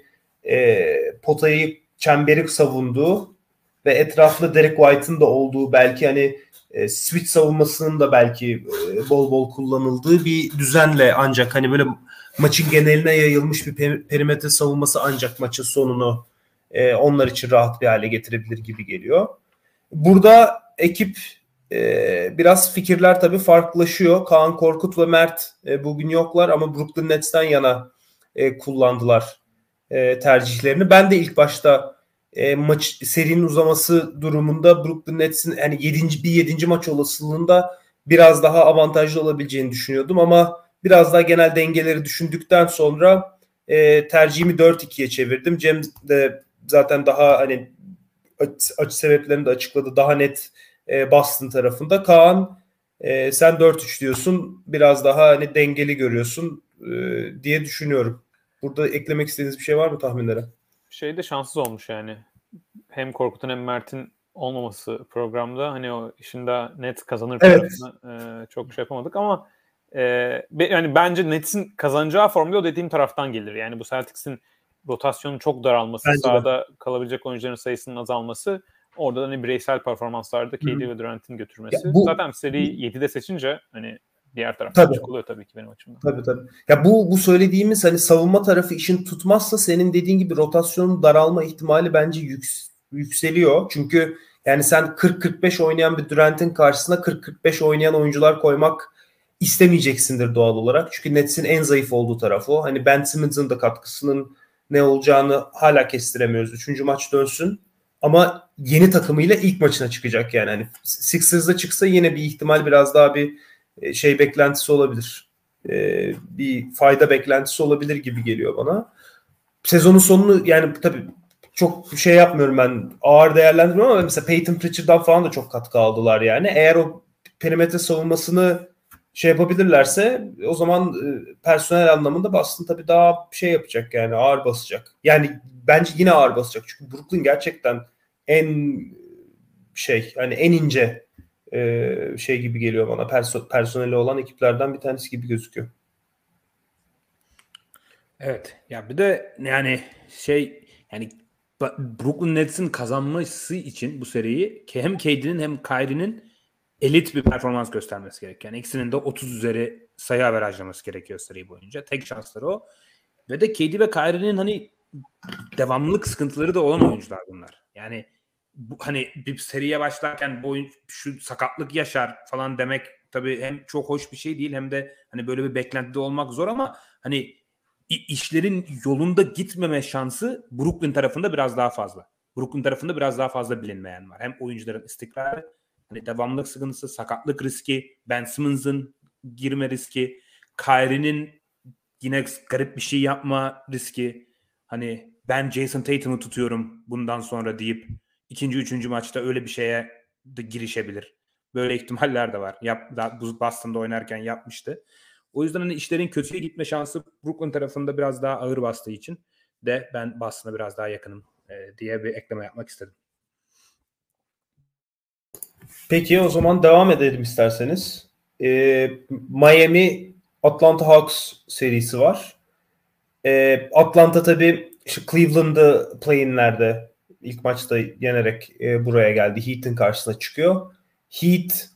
potayı, çemberi savunduğu ve etrafında Derek White'ın da olduğu belki hani switch savunmasının da belki bol bol kullanıldığı bir düzenle ancak hani böyle maçın geneline yayılmış bir perimetre savunması ancak maçın sonunu onlar için rahat bir hale getirebilir gibi geliyor. Burada ekip biraz fikirler tabii farklılaşıyor. Kaan Korkut ve Mert bugün yoklar ama Brooklyn Nets'ten yana kullandılar tercihlerini. Ben de ilk başta maç serinin uzaması durumunda Brooklyn Nets'in yani 7. maç olasılığında biraz daha avantajlı olabileceğini düşünüyordum ama biraz daha genel dengeleri düşündükten sonra tercihimi 4-2'ye çevirdim. Cem de zaten daha hani açı sebeplerini de açıkladı. Daha net Boston tarafında. Kaan sen 4-3 diyorsun. Biraz daha hani dengeli görüyorsun diye düşünüyorum. Burada eklemek istediğiniz bir şey var mı tahminlere? Şey de şanssız olmuş yani. Hem Korkut'un hem Mert'in olmaması programda hani o işin daha net kazanır tarafına çok şey yapamadık ama yani bence Nets'in kazanacağı formda o dediğim taraftan gelir. Yani bu Celtics'in rotasyonun çok daralması, bence sahada kalabilecek oyuncuların sayısının azalması, orada da hani bireysel performanslarda KD ve Durant'in götürmesi. Zaten seri 7'de seçince hani diğer taraftan açık oluyor tabii ki benim açımdan. Tabii. Ya bu söylediğimiz hani savunma tarafı işin tutmazsa senin dediğin gibi rotasyonun daralma ihtimali bence yükseliyor. Çünkü yani sen 40-45 oynayan bir Durant'in karşısına 40-45 oynayan oyuncular koymak istemeyeceksindir doğal olarak. Çünkü Nets'in en zayıf olduğu tarafı o. Hani Ben Simmons'ın da katkısının ne olacağını hala kestiremiyoruz. 3. maç dönsün. Ama yeni takımıyla ilk maçına çıkacak yani. Hani Sixers'da çıksa yine bir ihtimal biraz daha bir şey beklentisi olabilir. Bir fayda beklentisi olabilir gibi geliyor bana. Sezonun sonunu yani tabii çok şey yapmıyorum ben, ağır değerlendirmiyorum ama mesela Peyton Pritchard'dan falan da çok katkı aldılar yani. Eğer o perimetre savunmasını şey yapabilirlerse o zaman personel anlamında Boston tabii daha şey yapacak yani, ağır basacak. Yani bence yine ağır basacak. Çünkü Brooklyn gerçekten en hani en ince şey gibi geliyor bana. Personeli olan ekiplerden bir tanesi gibi gözüküyor. Evet. Ya bir de yani yani Brooklyn Nets'in kazanması için bu seriyi hem KD'nin hem Kyrie'nin elit bir performans göstermesi gerekiyor. Yani ikisinin de 30 üzeri sayı averajlaması gerekiyor seri boyunca. Tek şansları o. Ve de KD ve Kyrie'nin hani devamlılık sıkıntıları da olan oyuncular bunlar. Yani hani bir seriye başlarken şu sakatlık yaşar falan demek tabii hem çok hoş bir şey değil hem de hani böyle bir beklentide olmak zor ama hani işlerin yolunda gitmeme şansı Brooklyn tarafında biraz daha fazla. Brooklyn tarafında biraz daha fazla bilinmeyen var. Hem oyuncuların istikrarı, hani devamlılık sıkıntısı, sakatlık riski, Ben Simmons'ın girme riski, Kyrie'nin yine garip bir şey yapma riski. Hani ben Jason Tatum'u tutuyorum bundan sonra deyip ikinci, üçüncü maçta öyle bir şeye de girişebilir. Böyle ihtimaller de var. Boston'da oynarken yapmıştı. O yüzden hani işlerin kötüye gitme şansı Brooklyn tarafında biraz daha ağır bastığı için de ben Boston'a biraz daha yakınım diye bir ekleme yapmak istedim. Peki o zaman devam edelim isterseniz. Miami Atlanta Hawks serisi var. Atlanta tabii Cleveland'ı play-in'lerde ilk maçta yenerek buraya geldi. Heat'in karşısına çıkıyor. Heat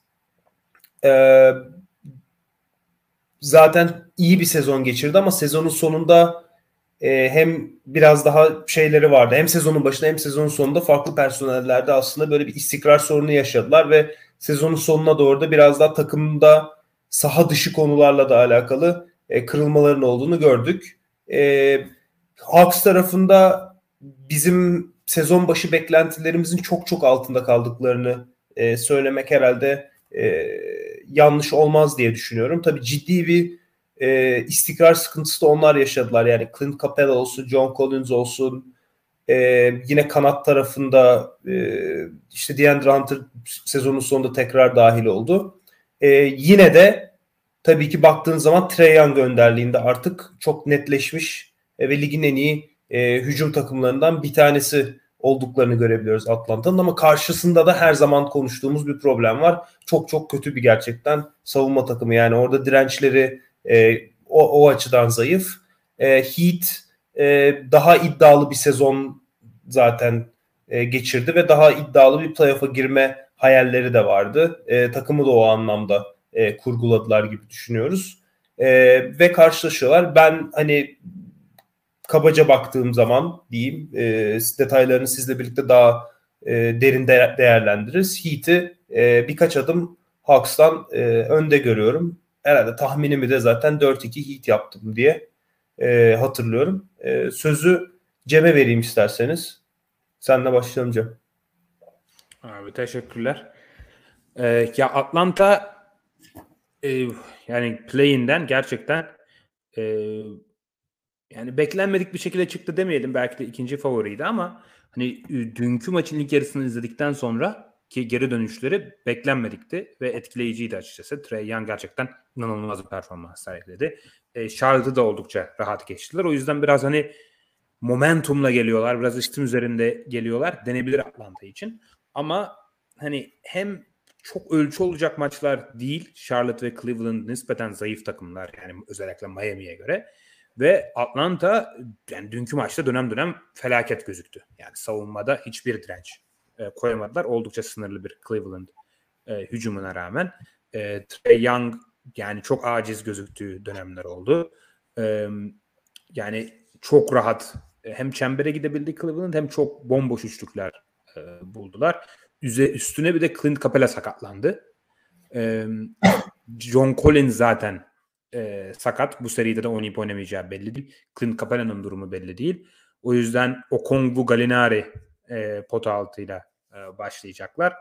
zaten iyi bir sezon geçirdi ama sezonun sonunda hem biraz daha şeyleri vardı. Hem sezonun başında hem sezonun sonunda farklı personellerde aslında böyle bir istikrar sorunu yaşadılar ve sezonun sonuna doğru da biraz daha takımda saha dışı konularla da alakalı kırılmaların olduğunu gördük. Hawks tarafında bizim sezon başı beklentilerimizin çok çok altında kaldıklarını söylemek herhalde yanlış olmaz diye düşünüyorum. Tabii ciddi bir istikrar sıkıntısı da onlar yaşadılar. Yani Clint Capela olsun, John Collins olsun, yine kanat tarafında işte DeAndre Hunter sezonun sonunda tekrar dahil oldu. Yine de tabii ki baktığın zaman Trae Young önderliğinde artık çok netleşmiş ve ligin en iyi hücum takımlarından bir tanesi olduklarını görebiliyoruz Atlanta'nın, ama karşısında da her zaman konuştuğumuz bir problem var. Çok çok kötü bir gerçekten savunma takımı. Yani orada dirençleri o açıdan zayıf. Heat daha iddialı bir sezon zaten geçirdi ve daha iddialı bir playoff'a girme hayalleri de vardı. Takımı da o anlamda kurguladılar gibi düşünüyoruz. Ve karşılaşıyorlar. Ben hani kabaca baktığım zaman diyeyim, detaylarını sizle birlikte daha derin değerlendiririz. Heat'i birkaç adım Hawks'tan önde görüyorum. Herhalde tahminimi de zaten 4-2 Heat yaptım diye hatırlıyorum. Sözü Cem'e vereyim isterseniz. Senle başlayalım Cem. Abi teşekkürler. Ya Atlanta yani play-in'den gerçekten yani beklenmedik bir şekilde çıktı demeyelim. Belki de ikinci favoriydi ama hani dünkü maçın ilk yarısını izledikten sonra ki geri dönüşleri beklenmedikti ve etkileyiciydi açıkçası. Trae Young gerçekten inanılmaz bir performans sergiledi. Charlotte'ı da oldukça rahat geçtiler. O yüzden biraz hani momentumla geliyorlar. Biraz üstün üzerinde geliyorlar. Denebilir Atlanta için. Ama hani hem çok ölçü olacak maçlar değil. Charlotte ve Cleveland nispeten zayıf takımlar. Yani özellikle Miami'ye göre. Ve Atlanta yani dünkü maçta dönem dönem felaket gözüktü. Yani savunmada hiçbir direnç koyamadılar. Oldukça sınırlı bir Cleveland hücumuna rağmen. Trae Young yani çok aciz gözüktüğü dönemler oldu. Yani çok rahat hem çembere gidebildi Cleveland hem çok bomboş üçlükler buldular. Üstüne bir de Clint Capela sakatlandı. John Collins zaten sakat. Bu seride de oynayıp oynamayacağı belli değil. Clint Capela'nın durumu belli değil. O yüzden Okongwu Gallinari pota altıyla başlayacaklar.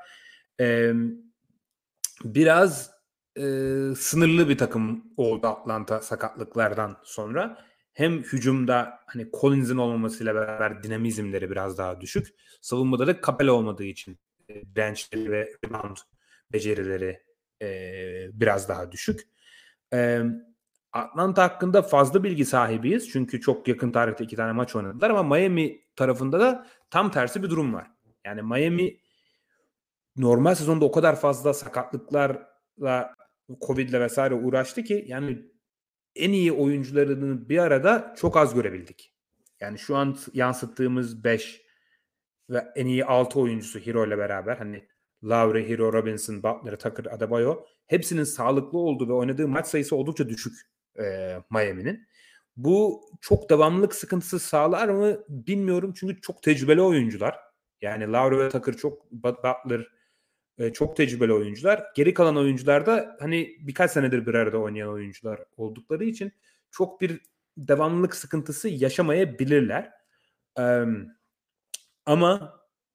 Biraz sınırlı bir takım oldu Atlanta sakatlıklardan sonra. Hem hücumda hani Collins'in olmamasıyla beraber dinamizmleri biraz daha düşük. Savunmada da Capela olmadığı için benchleri ve rebound becerileri biraz daha düşük. Atlanta hakkında fazla bilgi sahibiyiz. Çünkü çok yakın tarihte 2 tane maç oynadılar ama Miami tarafında da tam tersi bir durum var. Yani Miami normal sezonda o kadar fazla sakatlıklarla, Covid'le vesaire uğraştı ki yani en iyi oyuncularını bir arada çok az görebildik. Yani şu an yansıttığımız 5 ve en iyi 6 oyuncusu Hero ile beraber hani Lowry, Hero, Robinson, Butler, Tucker, Adebayo hepsinin sağlıklı olduğu ve oynadığı maç sayısı oldukça düşük Miami'nin. Bu çok devamlılık sıkıntısı sağlar mı bilmiyorum çünkü çok tecrübeli oyuncular. Yani Lowry ve Tucker çok, Butler çok tecrübeli oyuncular. Geri kalan oyuncular da hani birkaç senedir bir arada oynayan oyuncular oldukları için çok bir devamlılık sıkıntısı yaşamayabilirler. Ama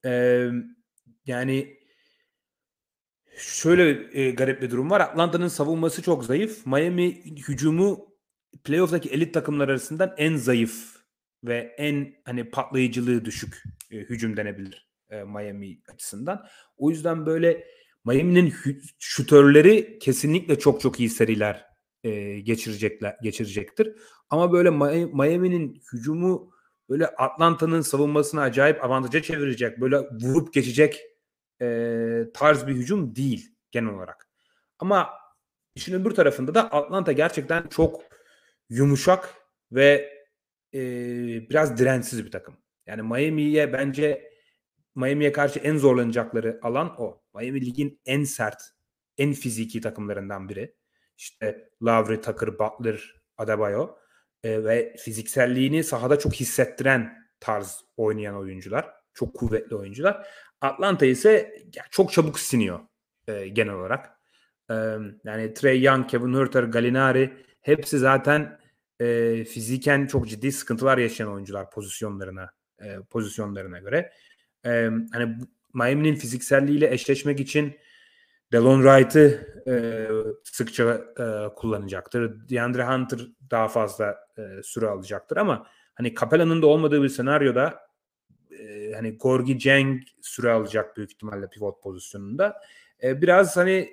Yani şöyle garip bir durum var. Atlanta'nın savunması çok zayıf. Miami hücumu playoff'taki elit takımlar arasından en zayıf ve en hani patlayıcılığı düşük hücum denebilir Miami açısından. O yüzden böyle Miami'nin şutörleri kesinlikle çok çok iyi seriler geçirecektir. Ama böyle Miami'nin hücumu böyle Atlanta'nın savunmasını acayip avantaja çevirecek, böyle vurup geçecek tarz bir hücum değil genel olarak. Ama işin öbür tarafında da Atlanta gerçekten çok yumuşak ve biraz dirençsiz bir takım. Yani Miami'ye karşı en zorlanacakları alan o. Miami ligin en sert, en fiziki takımlarından biri. İşte Lowry, Tucker, Butler, Adebayo ve fizikselliğini sahada çok hissettiren tarz oynayan oyuncular. Çok kuvvetli oyuncular. Atlanta ise çok çabuk siniyor genel olarak. Yani Trae Young, Kevin Huerter, Gallinari hepsi zaten fiziken çok ciddi sıkıntılar yaşayan oyuncular pozisyonlarına göre. Hani Miami'nin fizikselliğiyle eşleşmek için Delon Wright'ı sıkça kullanacaktır. DeAndre Hunter daha fazla süre alacaktır ama hani Capella'nın da olmadığı bir senaryoda hani Gorgui Dieng süre alacak büyük ihtimalle pivot pozisyonunda. Biraz hani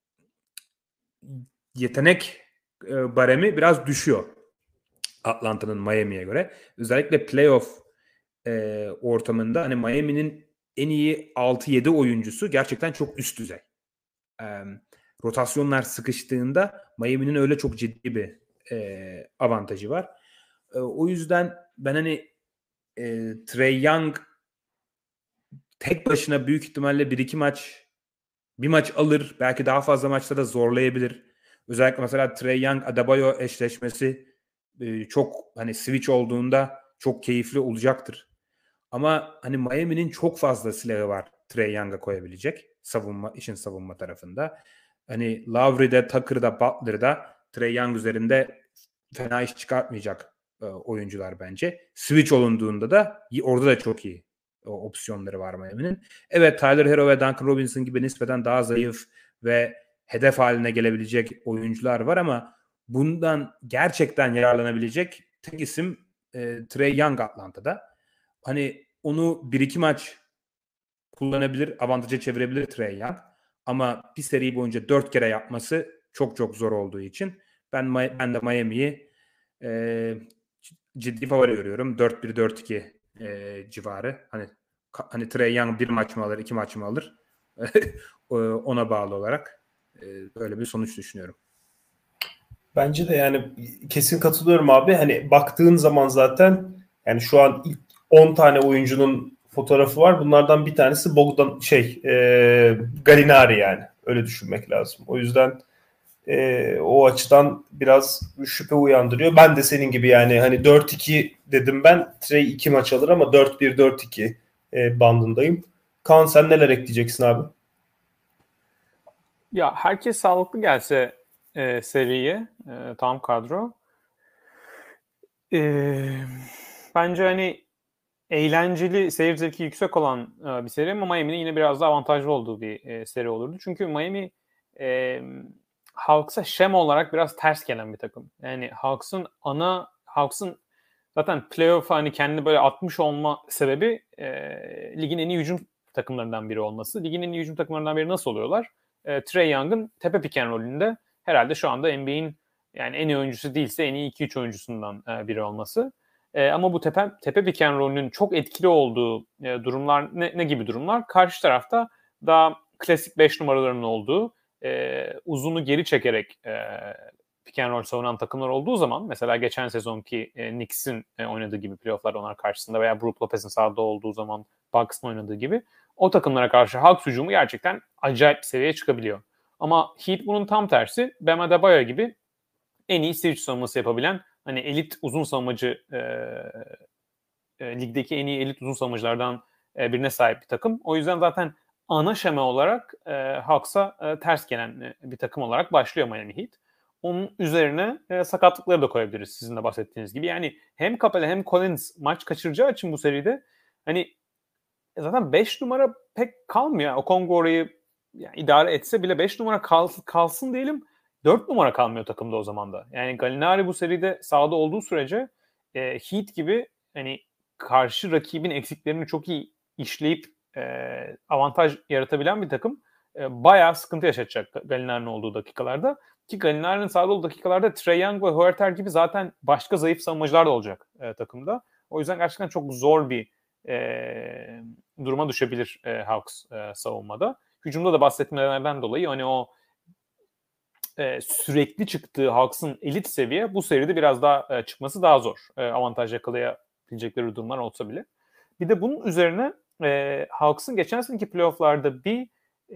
yetenek baremi biraz düşüyor Atlanta'nın Miami'ye göre. Özellikle playoff ortamında hani Miami'nin en iyi 6-7 oyuncusu gerçekten çok üst düzey. Rotasyonlar sıkıştığında Miami'nin öyle çok ciddi bir avantajı var. O yüzden ben hani Trae Young tek başına büyük ihtimalle bir maç alır. Belki daha fazla maçta da zorlayabilir. Özellikle mesela Trae Young Adebayo eşleşmesi çok hani switch olduğunda çok keyifli olacaktır. Ama hani Miami'nin çok fazla silahı var Trae Young'a koyabilecek işin savunma tarafında. Hani Lowry'de, Tucker'da, Butler'da Trae Young üzerinde fena iş çıkartmayacak oyuncular bence. Switch olunduğunda da orada da çok iyi opsiyonları var Miami'nin. Evet, Tyler Hero ve Duncan Robinson gibi nispeten daha zayıf ve hedef haline gelebilecek oyuncular var ama bundan gerçekten yararlanabilecek tek isim Trae Young Atlanta'da. Hani onu 1-2 maç kullanabilir, avantaja çevirebilir Trae Young. Ama bir seri boyunca 4 kere yapması çok çok zor olduğu için ben de Miami'yi ciddi favori görüyorum. 4-1-4-2 civarı. Hani Trae Young bir maç mı alır, 2 maç mı alır? Ona bağlı olarak böyle bir sonuç düşünüyorum. Bence de yani kesin katılıyorum abi. Hani baktığın zaman zaten yani şu an ilk 10 tane oyuncunun fotoğrafı var. Bunlardan bir tanesi Gallinari yani. Öyle düşünmek lazım. O yüzden o açıdan biraz şüphe uyandırıyor. Ben de senin gibi yani hani 4-2 dedim ben. Trae 2 maç alır ama 4-1-4-2 bandındayım. Kaan sen neler ekleyeceksin abi? Ya herkes sağlıklı gelse seriye tam kadro. Bence hani eğlenceli, seyir zevki yüksek olan bir seri ama Miami'nin yine biraz daha avantajlı olduğu bir seri olurdu. Çünkü Miami Hawks'a şema olarak biraz ters gelen bir takım. Yani Hawks'ın zaten playoff'a hani kendini böyle atmış olma sebebi ligin en iyi hücum takımlarından biri olması. Ligin en iyi hücum takımlarından biri nasıl oluyorlar? Trae Young'ın tepe pick and roll'ünde herhalde şu anda NBA'in yani en iyi oyuncusu değilse en iyi 2-3 oyuncusundan biri olması. Ama bu tepe pick and roll'ünün çok etkili olduğu durumlar ne gibi durumlar? Karşı tarafta daha klasik 5 numaralarının olduğu uzunu geri çekerek pick and roll savunan takımlar olduğu zaman mesela geçen sezonki Knicks'in oynadığı gibi playoff'larda onlar karşısında veya Brook Lopez'in sahada olduğu zaman Bucks'ın oynadığı gibi o takımlara karşı Hawks hücumu gerçekten acayip bir seviyeye çıkabiliyor. Ama Heat bunun tam tersi. Bam Adebayo gibi en iyi switch savunması yapabilen hani elit uzun savunmacı ligdeki en iyi elit uzun savunmacılardan birine sahip bir takım. O yüzden zaten ana şema olarak Hawks'a ters gelen bir takım olarak başlıyor Miami Heat. Onun üzerine sakatlıkları da koyabiliriz sizin de bahsettiğiniz gibi. Yani hem Capella hem Collins maç kaçıracağı için bu seride hani zaten 5 numara pek kalmıyor. Okongwu orayı yani idare etse bile 5 numara kalsın diyelim. 4 numara kalmıyor takımda o zaman da. Yani Gallinari bu seride sahada olduğu sürece Heat gibi hani karşı rakibin eksiklerini çok iyi işleyip avantaj yaratabilen bir takım bayağı sıkıntı yaşatacak Gallinari'nin olduğu dakikalarda. Ki Gallinari'nin sahada olduğu dakikalarda Trae Young ve Huerter gibi zaten başka zayıf savunmacılar da olacak takımda. O yüzden gerçekten çok zor bir duruma düşebilir Hawks savunmada. Hücumda da bahsetmelerden dolayı hani o sürekli çıktığı Hawks'ın elit seviye bu seride biraz daha çıkması daha zor. Avantaj yakalayabilecekleri durumlar olsa bile. Bir de bunun üzerine Hawks'ın geçen seneki playoff'larda bir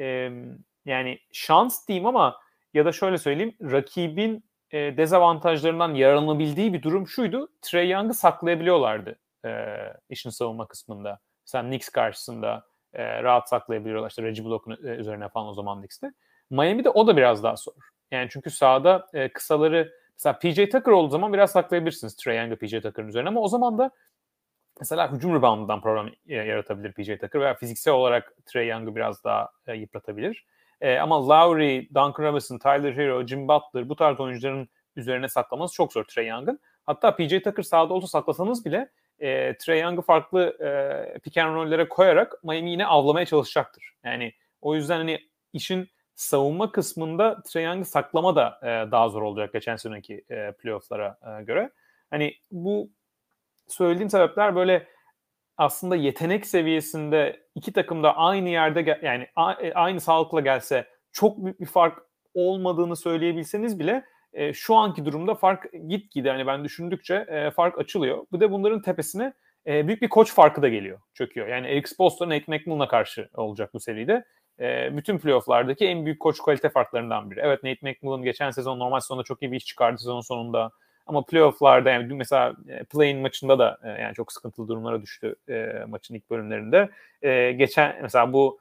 yani şans diyeyim ama ya da şöyle söyleyeyim rakibin dezavantajlarından yararlanabildiği bir durum şuydu. Trae Young'ı saklayabiliyorlardı işin savunma kısmında. Sen Knicks karşısında rahat saklayabiliyorlar. İşte Reggie Block'un üzerine falan o zaman Knicks'te. Miami'de o da biraz daha zor. Yani çünkü sahada kısaları mesela PJ Tucker olduğu zaman biraz saklayabilirsiniz Trae Young'ı PJ Tucker'ın üzerine ama o zaman da mesela hücum reboundundan problem yaratabilir PJ Tucker veya fiziksel olarak Trae Young'ı biraz daha yıpratabilir. Ama Lowry, Duncan Robinson, Tyler Hero, Jim Butler bu tarz oyuncuların üzerine saklaması çok zor Trae Young'ın. Hatta PJ Tucker sahada olsa saklasanız bile Trae Young'ı farklı pick and roll'lere koyarak Miami yine avlamaya çalışacaktır. Yani o yüzden hani işin savunma kısmında Trae Young'ı saklama da daha zor olacak geçen seneki playoff'lara göre. Hani bu söylediğim sebepler böyle aslında yetenek seviyesinde iki takım da aynı yerde yani aynı sağlıkla gelse çok büyük bir fark olmadığını söyleyebilseniz bile şu anki durumda fark gitgide hani ben düşündükçe fark açılıyor. Bu da bunların tepesine büyük bir koç farkı da geliyor, çöküyor. Yani Eric Spoelstra Nate McMillan'a karşı olacak bu seride. Bütün playoff'lardaki en büyük koç kalite farklarından biri. Evet Nate McMillan geçen sezon normal sezonda çok iyi bir iş çıkardı sezon sonunda. Ama playoff'larda yani mesela play-in maçında da yani çok sıkıntılı durumlara düştü maçın ilk bölümlerinde. Geçen mesela bu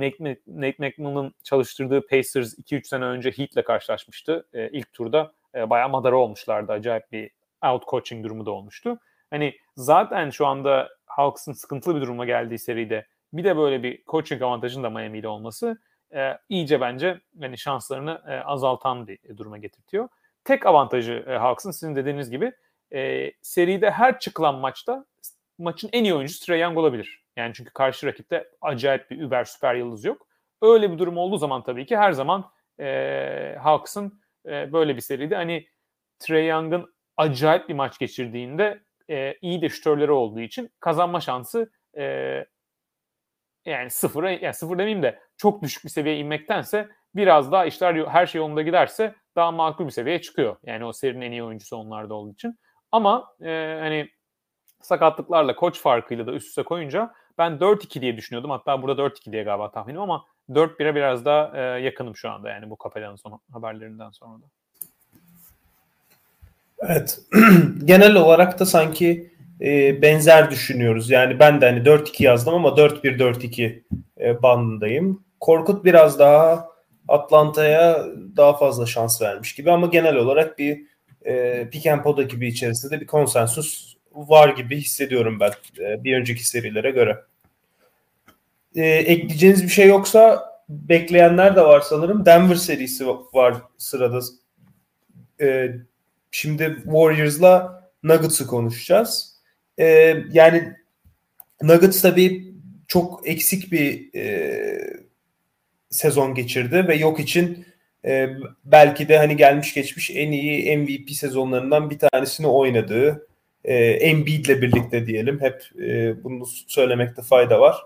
Nate McMillan'ın çalıştırdığı Pacers 2-3 sene önce Heat'le karşılaşmıştı. İlk turda bayağı madara olmuşlardı. Acayip bir out coaching durumu da olmuştu. Hani zaten şu anda Hawks'ın sıkıntılı bir duruma geldiği seride bir de böyle bir coaching avantajının da Miami'de olması iyice bence yani şanslarını azaltan bir duruma getirtiyor. Tek avantajı Hawks'ın sizin dediğiniz gibi seride her çıkılan maçta maçın en iyi oyuncusu Trae Young olabilir. Yani çünkü karşı rakipte acayip bir über süper yıldız yok. Öyle bir durum olduğu zaman tabii ki her zaman Hawks'ın böyle bir seride hani Trae Young'ın acayip bir maç geçirdiğinde iyi de şütörleri olduğu için kazanma şansı yani sıfır demeyeyim de çok düşük bir seviyeye inmektense biraz daha işler her şey yolunda giderse daha makul bir seviyeye çıkıyor. Yani o serinin en iyi oyuncusu onlarda olduğu için. Ama hani sakatlıklarla koç farkıyla da üst üste koyunca ben 4-2 diye düşünüyordum. Hatta burada 4-2 diye galiba tahminim ama 4-1'e biraz daha yakınım şu anda yani bu Capella'nın son haberlerinden sonra da. Evet. Genel olarak da sanki benzer düşünüyoruz. Yani ben de hani 4-2 yazdım ama 4-1-4-2 bandındayım. Korkut biraz daha Atlanta'ya daha fazla şans vermiş gibi ama genel olarak bir pick and pod ekibi içerisinde bir konsensus var gibi hissediyorum ben bir önceki serilere göre. Ekleyeceğiniz bir şey yoksa bekleyenler de var sanırım. Denver serisi var sırada. Şimdi Warriors'la Nuggets'ı konuşacağız. Yani Nuggets tabii çok eksik bir sezon geçirdi ve yok için belki de hani gelmiş geçmiş en iyi MVP sezonlarından bir tanesini oynadığı Embiid'le birlikte diyelim. Hep bunu söylemekte fayda var.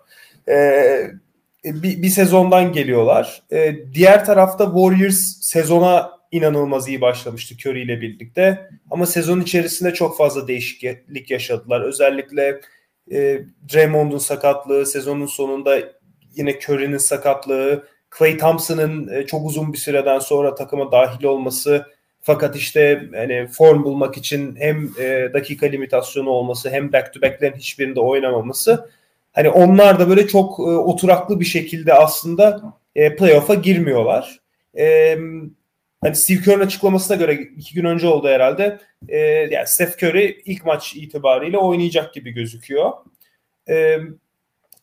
Bir sezondan geliyorlar. Diğer tarafta Warriors sezona inanılmaz iyi başlamıştı Curry ile birlikte. Ama sezon içerisinde çok fazla değişiklik yaşadılar. Özellikle Draymond'un sakatlığı, sezonun sonunda yine Curry'nin sakatlığı, Klay Thompson'ın çok uzun bir süreden sonra takıma dahil olması, fakat işte hani form bulmak için hem dakika limitasyonu olması hem back-to-back'lerin hiçbirinde oynamaması, hani onlar da böyle çok oturaklı bir şekilde aslında playoff'a girmiyorlar. Hani Steve Kerr'ın açıklamasına göre 2 gün önce oldu herhalde. Yani Steph Curry ilk maç itibariyle oynayacak gibi gözüküyor.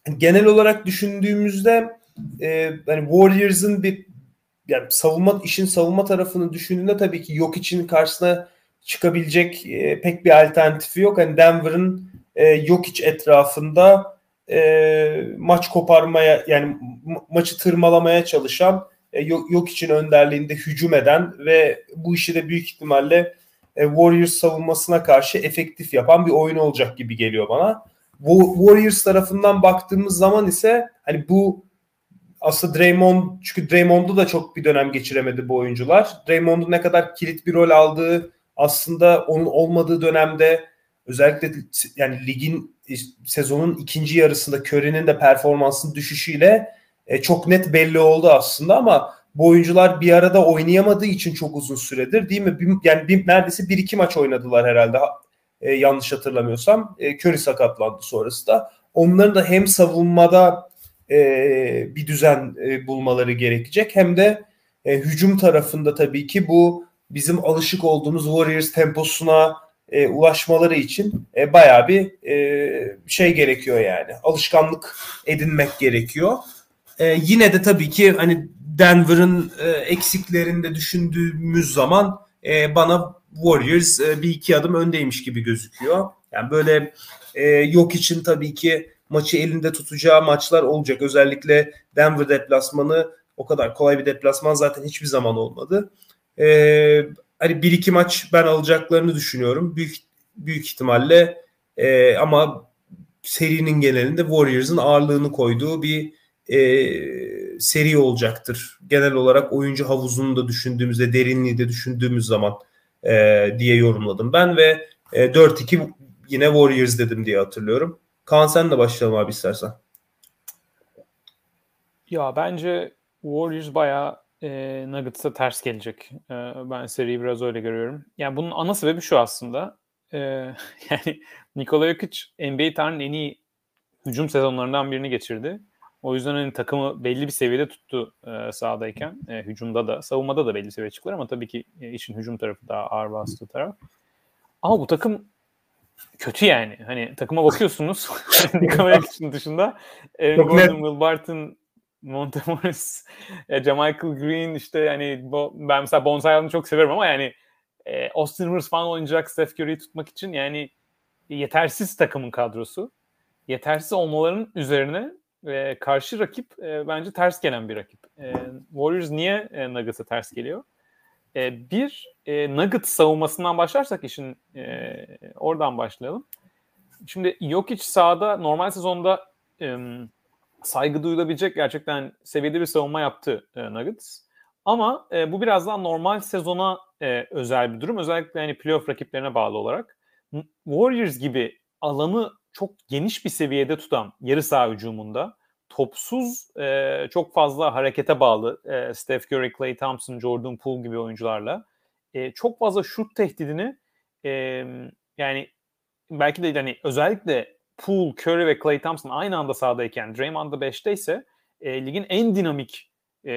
genel olarak düşündüğümüzde hani Warriors'ın yani işin savunma tarafını düşündüğünde tabii ki Jokic'in karşısına çıkabilecek pek bir alternatifi yok. Hani Denver'ın Jokic etrafında maç koparmaya, yani maçı tırmalamaya çalışan, Jokic'in önderliğinde hücum eden ve bu işi de büyük ihtimalle Warriors savunmasına karşı efektif yapan bir oyun olacak gibi geliyor bana. Warriors tarafından baktığımız zaman ise hani bu aslında çünkü Draymond'u da çok bir dönem geçiremedi bu oyuncular. Draymond'un ne kadar kilit bir rol aldığı, aslında onun olmadığı dönemde, özellikle yani ligin sezonun ikinci yarısında Curry'nin de performansının düşüşüyle çok net belli oldu aslında, ama bu oyuncular bir arada oynayamadığı için çok uzun süredir, değil mi? Yani neredeyse 1-2 maç oynadılar herhalde. Yanlış hatırlamıyorsam. Curry sakatlandı sonrası da. Onların da hem savunmada bir düzen bulmaları gerekecek, hem de hücum tarafında tabii ki bu bizim alışık olduğumuz Warriors temposuna ulaşmaları için bayağı bir şey gerekiyor yani. Alışkanlık edinmek gerekiyor. Yine de tabii ki hani Denver'ın eksiklerinde düşündüğümüz zaman bana Warriors bir iki adım öndeymiş gibi gözüküyor. Yani böyle yok için tabii ki maçı elinde tutacağı maçlar olacak. Özellikle Denver deplasmanı o kadar kolay bir deplasman zaten hiçbir zaman olmadı. Hani bir iki maç ben alacaklarını düşünüyorum. Büyük ihtimalle ama serinin genelinde Warriors'ın ağırlığını koyduğu bir seri olacaktır. Genel olarak oyuncu havuzunu da düşündüğümüzde, derinliği de düşündüğümüz zaman diye yorumladım ben ve 4-2 yine Warriors dedim diye hatırlıyorum. Kaan, sen de başlayalım abi istersen. Ya bence Warriors bayağı Nuggets'a ters gelecek. Ben seriyi biraz öyle görüyorum. Yani bunun ana sebebi şu aslında. Yani Nikola Jokic NBA tarihinin en iyi hücum sezonlarından birini geçirdi. O yüzden hani takımı belli bir seviyede tuttu sahadayken. Hücumda da, savunmada da belli bir seviyeye çıktılar ama tabii ki işin hücum tarafı daha ağır bastığı taraf. Ama bu takım kötü yani. Hani takıma bakıyorsunuz. Nikola Jokic'in dışında Gordon, Will Barton, Monte Morris, Jamichael Green, işte yani ben mesela Bones Highland'ı çok severim ama yani Austin Rivers falan oynayacak Steph Curry'yi tutmak için yani yetersiz takımın kadrosu. Yetersiz olmalarının üzerine karşı rakip bence ters gelen bir rakip. Warriors niye Nuggets'a ters geliyor? Nuggets savunmasından başlarsak işin oradan başlayalım. Şimdi Jokic sahada normal sezonda saygı duyulabilecek gerçekten seviyede bir savunma yaptı Nuggets. Ama bu biraz daha normal sezona özel bir durum. Özellikle yani playoff rakiplerine bağlı olarak. Warriors gibi alanı çok geniş bir seviyede tutan yarı saha hücumunda topsuz çok fazla harekete bağlı Steph Curry, Klay Thompson, Jordan Poole gibi oyuncularla çok fazla şut tehdidini yani belki de hani özellikle Poole, Curry ve Klay Thompson aynı anda sahadayken Draymond da 5'te ise ligin en dinamik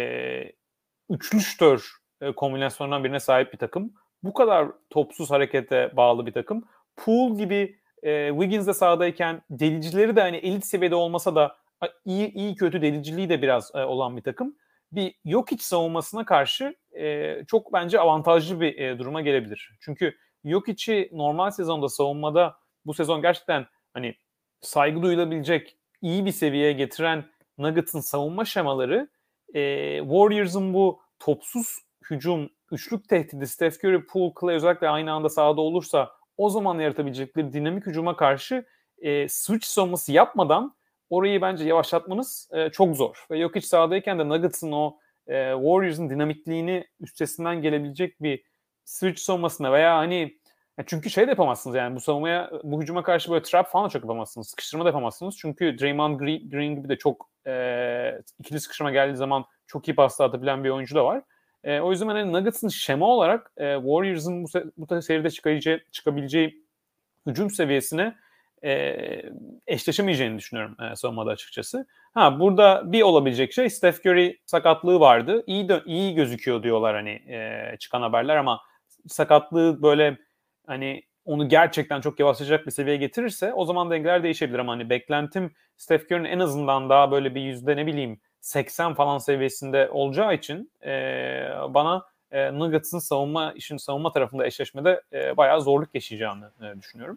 üçlü şütör kombinasyonundan birine sahip bir takım. Bu kadar topsuz harekete bağlı bir takım. Poole gibi Wiggins de sahadayken delicileri de hani elit seviyede olmasa da iyi kötü deliciliği de biraz olan bir takım. Bir Jokic savunmasına karşı çok bence avantajlı bir duruma gelebilir. Çünkü Jokic'i normal sezonda savunmada bu sezon gerçekten hani saygı duyulabilecek iyi bir seviyeye getiren Nuggets'ın savunma şemaları Warriors'ın bu topsuz hücum, üçlük tehdidi Steph Curry, Poole, Klay özellikle aynı anda sahada olursa o zaman yaratabilecekleri dinamik hücuma karşı switch savunması yapmadan orayı bence yavaşlatmanız çok zor. Ve Jokic sahadayken de Nuggets'ın o Warriors'ın dinamikliğini üstesinden gelebilecek bir switch savunmasına veya hani çünkü şey de yapamazsınız yani bu hücuma karşı böyle trap falan da çok yapamazsınız. Sıkıştırma da yapamazsınız. Çünkü Draymond Green gibi de çok ikili sıkıştırma geldiği zaman çok iyi pasta atabilen bir oyuncu da var. O yüzden hani Nuggets'ın şema olarak Warriors'ın bu seride çıkabileceği hücum seviyesine eşleşemeyeceğini düşünüyorum savunmada açıkçası. Burada bir olabilecek şey Steph Curry sakatlığı vardı. İyi gözüküyor diyorlar hani çıkan haberler ama sakatlığı böyle hani onu gerçekten çok yavaşlayacak bir seviyeye getirirse o zaman dengeler değişebilir ama hani beklentim Steph Curry'nin en azından daha böyle bir yüzde 80 falan seviyesinde olacağı için bana Nuggets'ın savunma tarafında eşleşmede bayağı zorluk yaşayacağını düşünüyorum.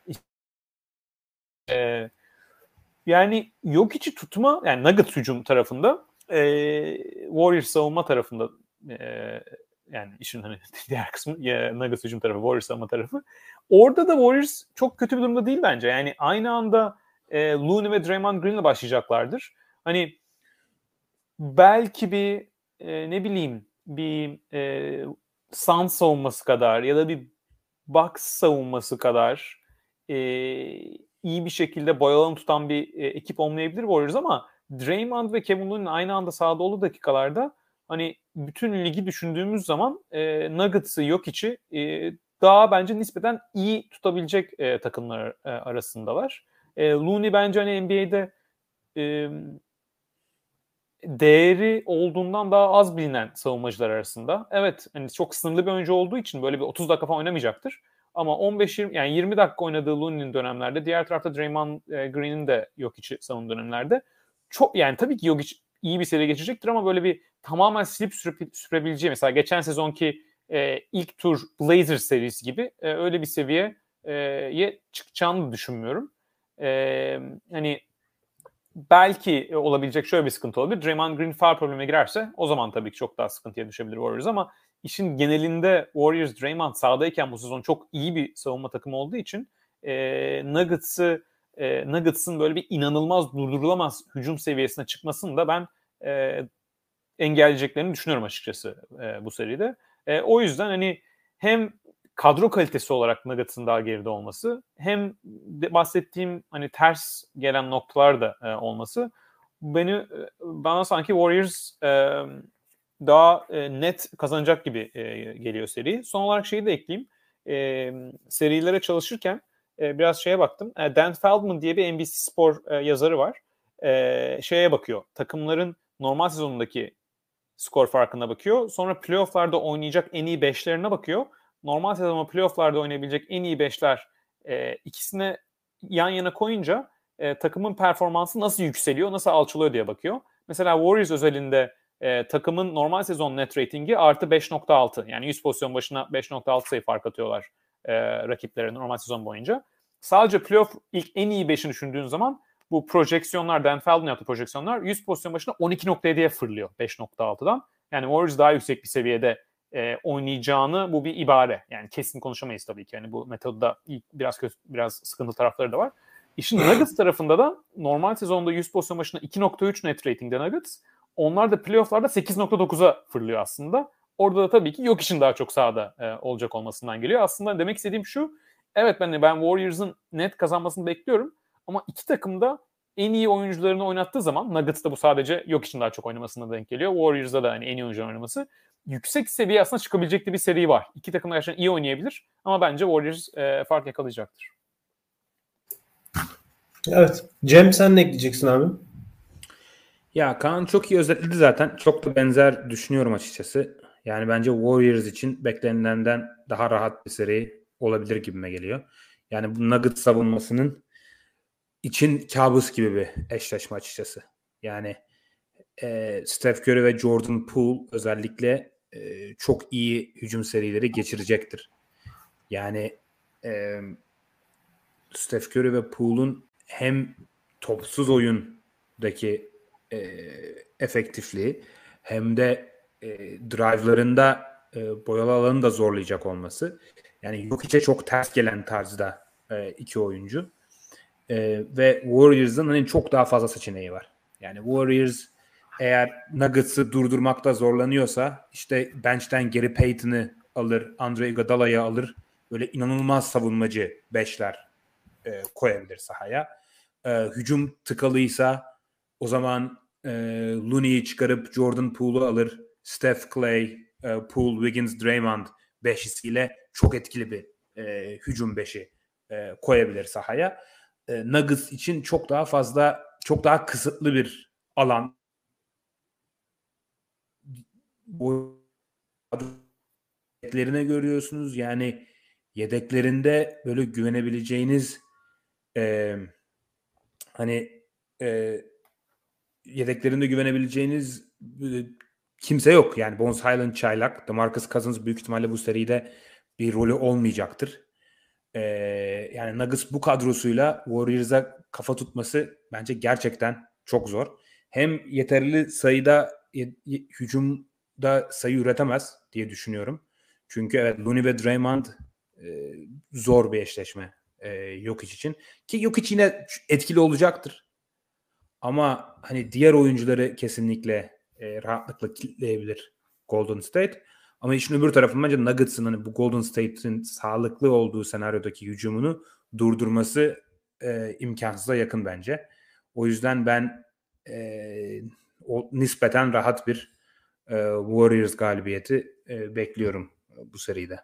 Yani Jokic'i tutma, yani Nuggets hücum tarafında, Warriors savunma tarafında, yani işin hani diğer kısmı Nuggets hücum tarafı, Warriors savunma tarafı. Orada da Warriors çok kötü bir durumda değil bence. Yani aynı anda Looney ve Draymond Green'le başlayacaklardır. Hani belki bir ne bileyim bir Suns savunması kadar ya da bir Bucks savunması kadar iyi bir şekilde boyalarını tutan bir ekip olmayabilir Warriors ama Draymond ve Kevin Looney'nin aynı anda sahada olduğu dakikalarda hani bütün ligi düşündüğümüz zaman Nuggets'ı Jokic'i daha bence nispeten iyi tutabilecek takımlar arasındalar. Looney bence hani NBA'de değeri olduğundan daha az bilinen savunmacılar arasında. Evet, hani çok sınırlı bir oyuncu olduğu için böyle bir 30 dakika falan oynamayacaktır. Ama 15-20 yani 20 dakika oynadığı Looney'nin dönemlerde, diğer tarafta Draymond Green'in de Jokic'i savunduğu dönemlerde çok, yani tabii ki Jokic iyi bir seri geçecektir ama böyle bir tamamen silip sürebileceği, mesela geçen sezonki ilk tur Blazers serisi gibi öyle bir seviyeye çıkacağını düşünmüyorum. Hani belki olabilecek şöyle bir sıkıntı olabilir. Draymond Green foul problemine girerse o zaman tabii ki çok daha sıkıntıya düşebilir Warriors ama işin genelinde Warriors Draymond sahadayken bu sezon çok iyi bir savunma takımı olduğu için Nuggets'ın böyle bir inanılmaz durdurulamaz hücum seviyesine çıkmasını da ben engelleyeceklerini düşünüyorum açıkçası bu seride. O yüzden hani hem kadro kalitesi olarak Nuggets'ın daha geride olması, hem de bahsettiğim hani ters gelen noktalar da olması bana sanki Warriors daha net kazanacak gibi geliyor seri. Son olarak şeyi de ekleyeyim. Serilere çalışırken biraz şeye baktım. Dan Feldman diye bir NBC Spor yazarı var. Şeye bakıyor. Takımların normal sezonundaki skor farkına bakıyor. Sonra playoff'larda oynayacak en iyi 5'lerine bakıyor. Normal sezonda playoff'larda oynayabilecek en iyi 5'ler ikisine yan yana koyunca takımın performansı nasıl yükseliyor, nasıl alçalıyor diye bakıyor. Mesela Warriors özelinde takımın normal sezon net ratingi artı 5.6. Yani 100 pozisyon başına 5.6 sayı fark atıyorlar rakiplere normal sezon boyunca. Sadece playoff ilk en iyi 5'ini düşündüğün zaman bu projeksiyonlar, Dan Feldman yaptığı projeksiyonlar 100 pozisyon başına 12.7'ye fırlıyor 5.6'dan. Yani Warriors daha yüksek bir seviyede oynayacağını bu bir ibare. Yani kesin konuşamayız tabii ki. Yani bu metodda biraz sıkıntılı tarafları da var. İşin Nuggets tarafında da normal sezonda 100 pozisyon başına 2.3 net rating'de Nuggets. Onlar da playoff'larda 8.9'a fırlıyor aslında. Orada da tabii ki Jokic'in daha çok sahada olacak olmasından geliyor. Aslında demek istediğim şu. Evet, ben Warriors'ın net kazanmasını bekliyorum. Ama iki takım da en iyi oyuncularını oynattığı zaman, Nuggets'ta bu sadece Jokic'in daha çok oynamasına denk geliyor. Warriors'da da hani en iyi oyuncuların oynaması. Yüksek seviye aslında çıkabilecek bir seri var. İki takım gerçekten iyi oynayabilir. Ama bence Warriors fark yakalayacaktır. Evet. Cem, sen ne ekleyeceksin abi? Ya Kaan çok iyi özetledi zaten. Çok da benzer düşünüyorum açıkçası. Yani bence Warriors için beklenilenden daha rahat bir seri olabilir gibime geliyor. Yani bu Nuggets savunmasının için kabus gibi bir eşleşme açıkçası. Yani Steph Curry ve Jordan Poole özellikle çok iyi hücum serileri geçirecektir. Yani Steph Curry ve Poole'un hem topsuz oyundaki efektifliği hem de drive'larında boyalı alanı da zorlayacak olması. Yani Jokic'e çok ters gelen tarzda iki oyuncu. Ve Warriors'ın hani çok daha fazla seçeneği var. Yani Warriors eğer Nuggets'ı durdurmakta zorlanıyorsa işte bench'ten Gary Payton'ı alır, Andre Iguodala'yı alır. Böyle inanılmaz savunmacı beşler koyabilir sahaya. Hücum tıkalıysa o zaman Looney'i çıkarıp Jordan Poole'u alır. Steph, Clay, Poole, Wiggins, Draymond beşisiyle çok etkili bir hücum beşi koyabilir sahaya. Nuggets için çok daha kısıtlı bir alan. Bu adetlerine görüyorsunuz. Yani yedeklerinde böyle güvenebileceğiniz yedeklerinde güvenebileceğiniz kimse yok. Yani Bones Hyland çaylak. DeMarcus Cousins büyük ihtimalle bu seride bir rolü olmayacaktır. Yani Nuggets bu kadrosuyla Warriors'a kafa tutması bence gerçekten çok zor. Hem yeterli sayıda hücumda sayı üretemez diye düşünüyorum. Çünkü evet, Looney ve Draymond zor bir eşleşme Jokic için. Ki Jokic yine etkili olacaktır. Ama hani diğer oyuncuları kesinlikle rahatlıkla kilitleyebilir Golden State. Ama işin öbür tarafı bence Nuggets'ın hani bu Golden State'in sağlıklı olduğu senaryodaki hücumunu durdurması imkansıza yakın bence. O yüzden ben nispeten rahat bir Warriors galibiyeti bekliyorum bu seride.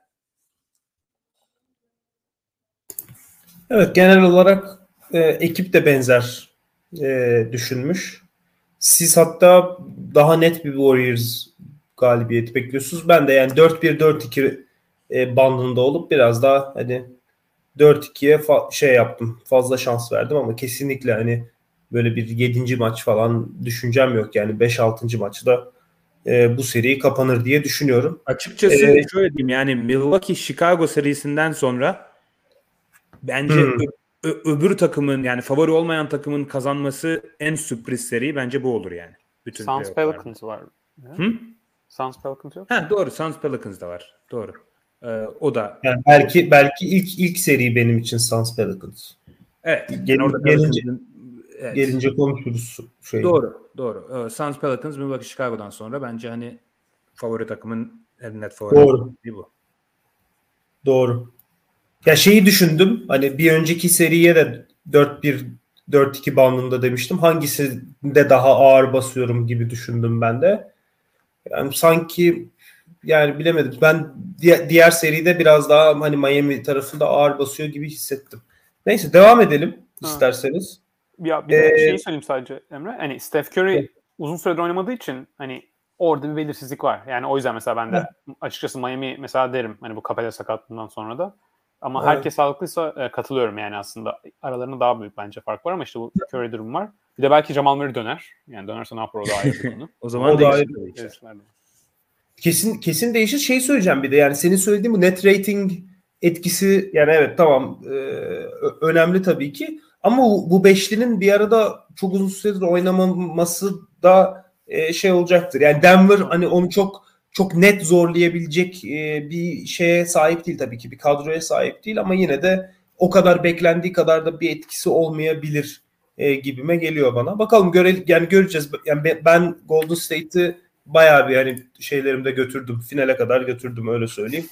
Evet, genel olarak ekip de benzer düşünmüş. Siz hatta daha net bir Warriors galibiyeti bekliyorsunuz. Ben de yani 4-1-4-2 bandında olup biraz daha hani 4-2'ye şey yaptım. Fazla şans verdim ama kesinlikle hani böyle bir 7. maç falan düşüncem yok. Yani 5-6. maçta bu seri kapanır diye düşünüyorum. Açıkçası şöyle diyeyim, yani Milwaukee-Chicago serisinden sonra bence öbür takımın, yani favori olmayan takımın kazanması en sürpriz seri bence bu olur yani. Bütün Suns Pelicans var. Suns Pelicans yok. Doğru, Suns Pelicans da var. Doğru. O da yani belki ilk seri benim için Suns Pelicans. Evet. Yani gelince konuşuruz. Doğru. Suns Pelicans Milwaukee Chicago'dan sonra bence hani favori takımın en net favori bu. Doğru. Ya şeyi düşündüm. Hani bir önceki seriye de 4-1 4-2 bandında demiştim. Hangisinde daha ağır basıyorum gibi düşündüm ben de. Yani sanki yani bilemedim. Ben diğer seride biraz daha hani Miami tarafında ağır basıyor gibi hissettim. Neyse, devam edelim isterseniz. Ya bir de şeyi söyleyeyim sadece Emre. Hani Steph Curry uzun süredir oynamadığı için hani orada bir belirsizlik var. Yani o yüzden mesela ben de açıkçası Miami mesela derim. Hani bu Capela sakatlığından sonra da. Ama herkes sağlıklıysa katılıyorum yani aslında. Aralarında daha büyük bence fark var ama işte bu Curry durum var. Bir de belki Jamal Murray döner. Yani dönerse ne yapar, o da ayrı bir konu. O zaman değişir. Kesin değişir. Şey söyleyeceğim bir de, yani senin söylediğin bu net rating etkisi, yani evet tamam, önemli tabii ki. Ama bu beşlinin bir arada çok uzun süredir oynamaması da şey olacaktır. Yani Denver hani onu çok net zorlayabilecek bir şeye sahip değil tabii ki. Bir kadroya sahip değil ama yine de o kadar beklendiği kadar da bir etkisi olmayabilir gibime geliyor bana. Bakalım göreceğiz. Yani ben Golden State'i bayağı bir hani şeylerimde götürdüm. Finale kadar götürdüm, öyle söyleyeyim.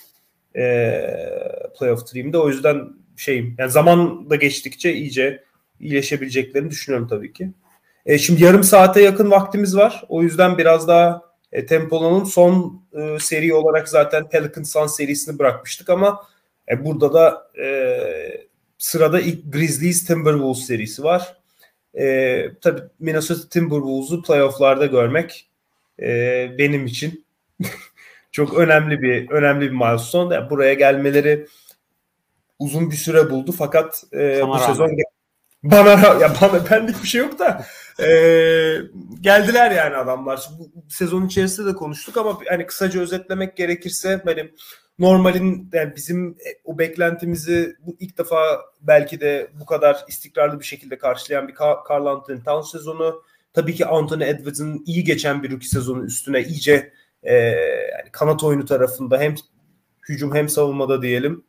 Playoff dream'de. O yüzden yani zaman da geçtikçe iyice iyileşebileceklerini düşünüyorum tabii ki. Şimdi yarım saate yakın vaktimiz var. O yüzden biraz daha tempolanın. Son seri olarak zaten Pelicans Suns serisini bırakmıştık ama burada da sırada ilk Grizzlies Timberwolves serisi var. Tabii Minnesota Timberwolves'u playoff'larda görmek benim için çok önemli bir milestone. Yani buraya gelmeleri uzun bir süre buldu fakat bu sezon bana benlik bir şey yok da geldiler yani adamlar. Bu sezon içerisinde de konuştuk ama hani kısaca özetlemek gerekirse benim normalin, yani bizim o beklentimizi bu ilk defa belki de bu kadar istikrarlı bir şekilde karşılayan bir Karl Anthony Towns sezonu. Tabii ki Anthony Edwards'ın iyi geçen bir rookie sezonu üstüne iyice yani kanat oyunu tarafında hem hücum hem savunmada diyelim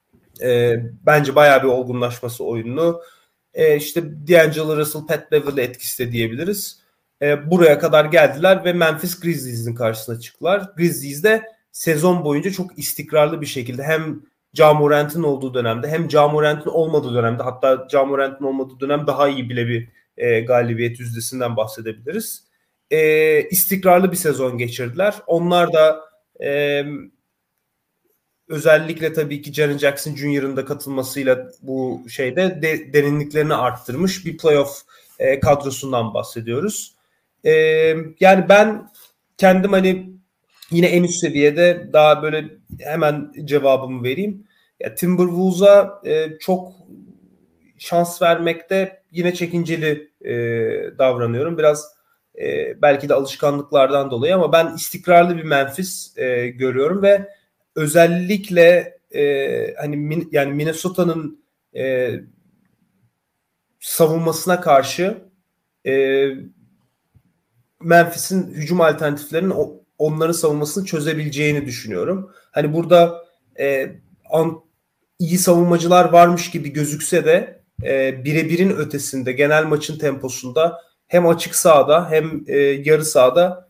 bence bayağı bir olgunlaşması oyununu. İşte D'Angelo Russell, Pat Beverley etkisi de diyebiliriz. Buraya kadar geldiler ve Memphis Grizzlies'in karşısına çıktılar. Grizzlies de sezon boyunca çok istikrarlı bir şekilde hem Ja Morant'ın olduğu dönemde hem Ja Morant'ın olmadığı dönemde, hatta Ja Morant'ın olmadığı dönem daha iyi bile bir galibiyet yüzdesinden bahsedebiliriz. İstikrarlı bir sezon geçirdiler. Onlar da özellikle tabii ki Jaren Jackson Jr.'ın da katılmasıyla bu şeyde derinliklerini arttırmış bir playoff kadrosundan bahsediyoruz. Yani ben kendim hani yine en üst seviyede daha böyle hemen cevabımı vereyim. Ya Timberwolves'a çok şans vermekte yine çekinceli davranıyorum. Biraz belki de alışkanlıklardan dolayı ama ben istikrarlı bir Memphis görüyorum ve özellikle hani yani Minnesota'nın savunmasına karşı Memphis'in hücum alternatiflerinin onların savunmasını çözebileceğini düşünüyorum. Hani burada iyi savunmacılar varmış gibi gözükse de birebirin ötesinde genel maçın temposunda hem açık sahada hem yarı sahada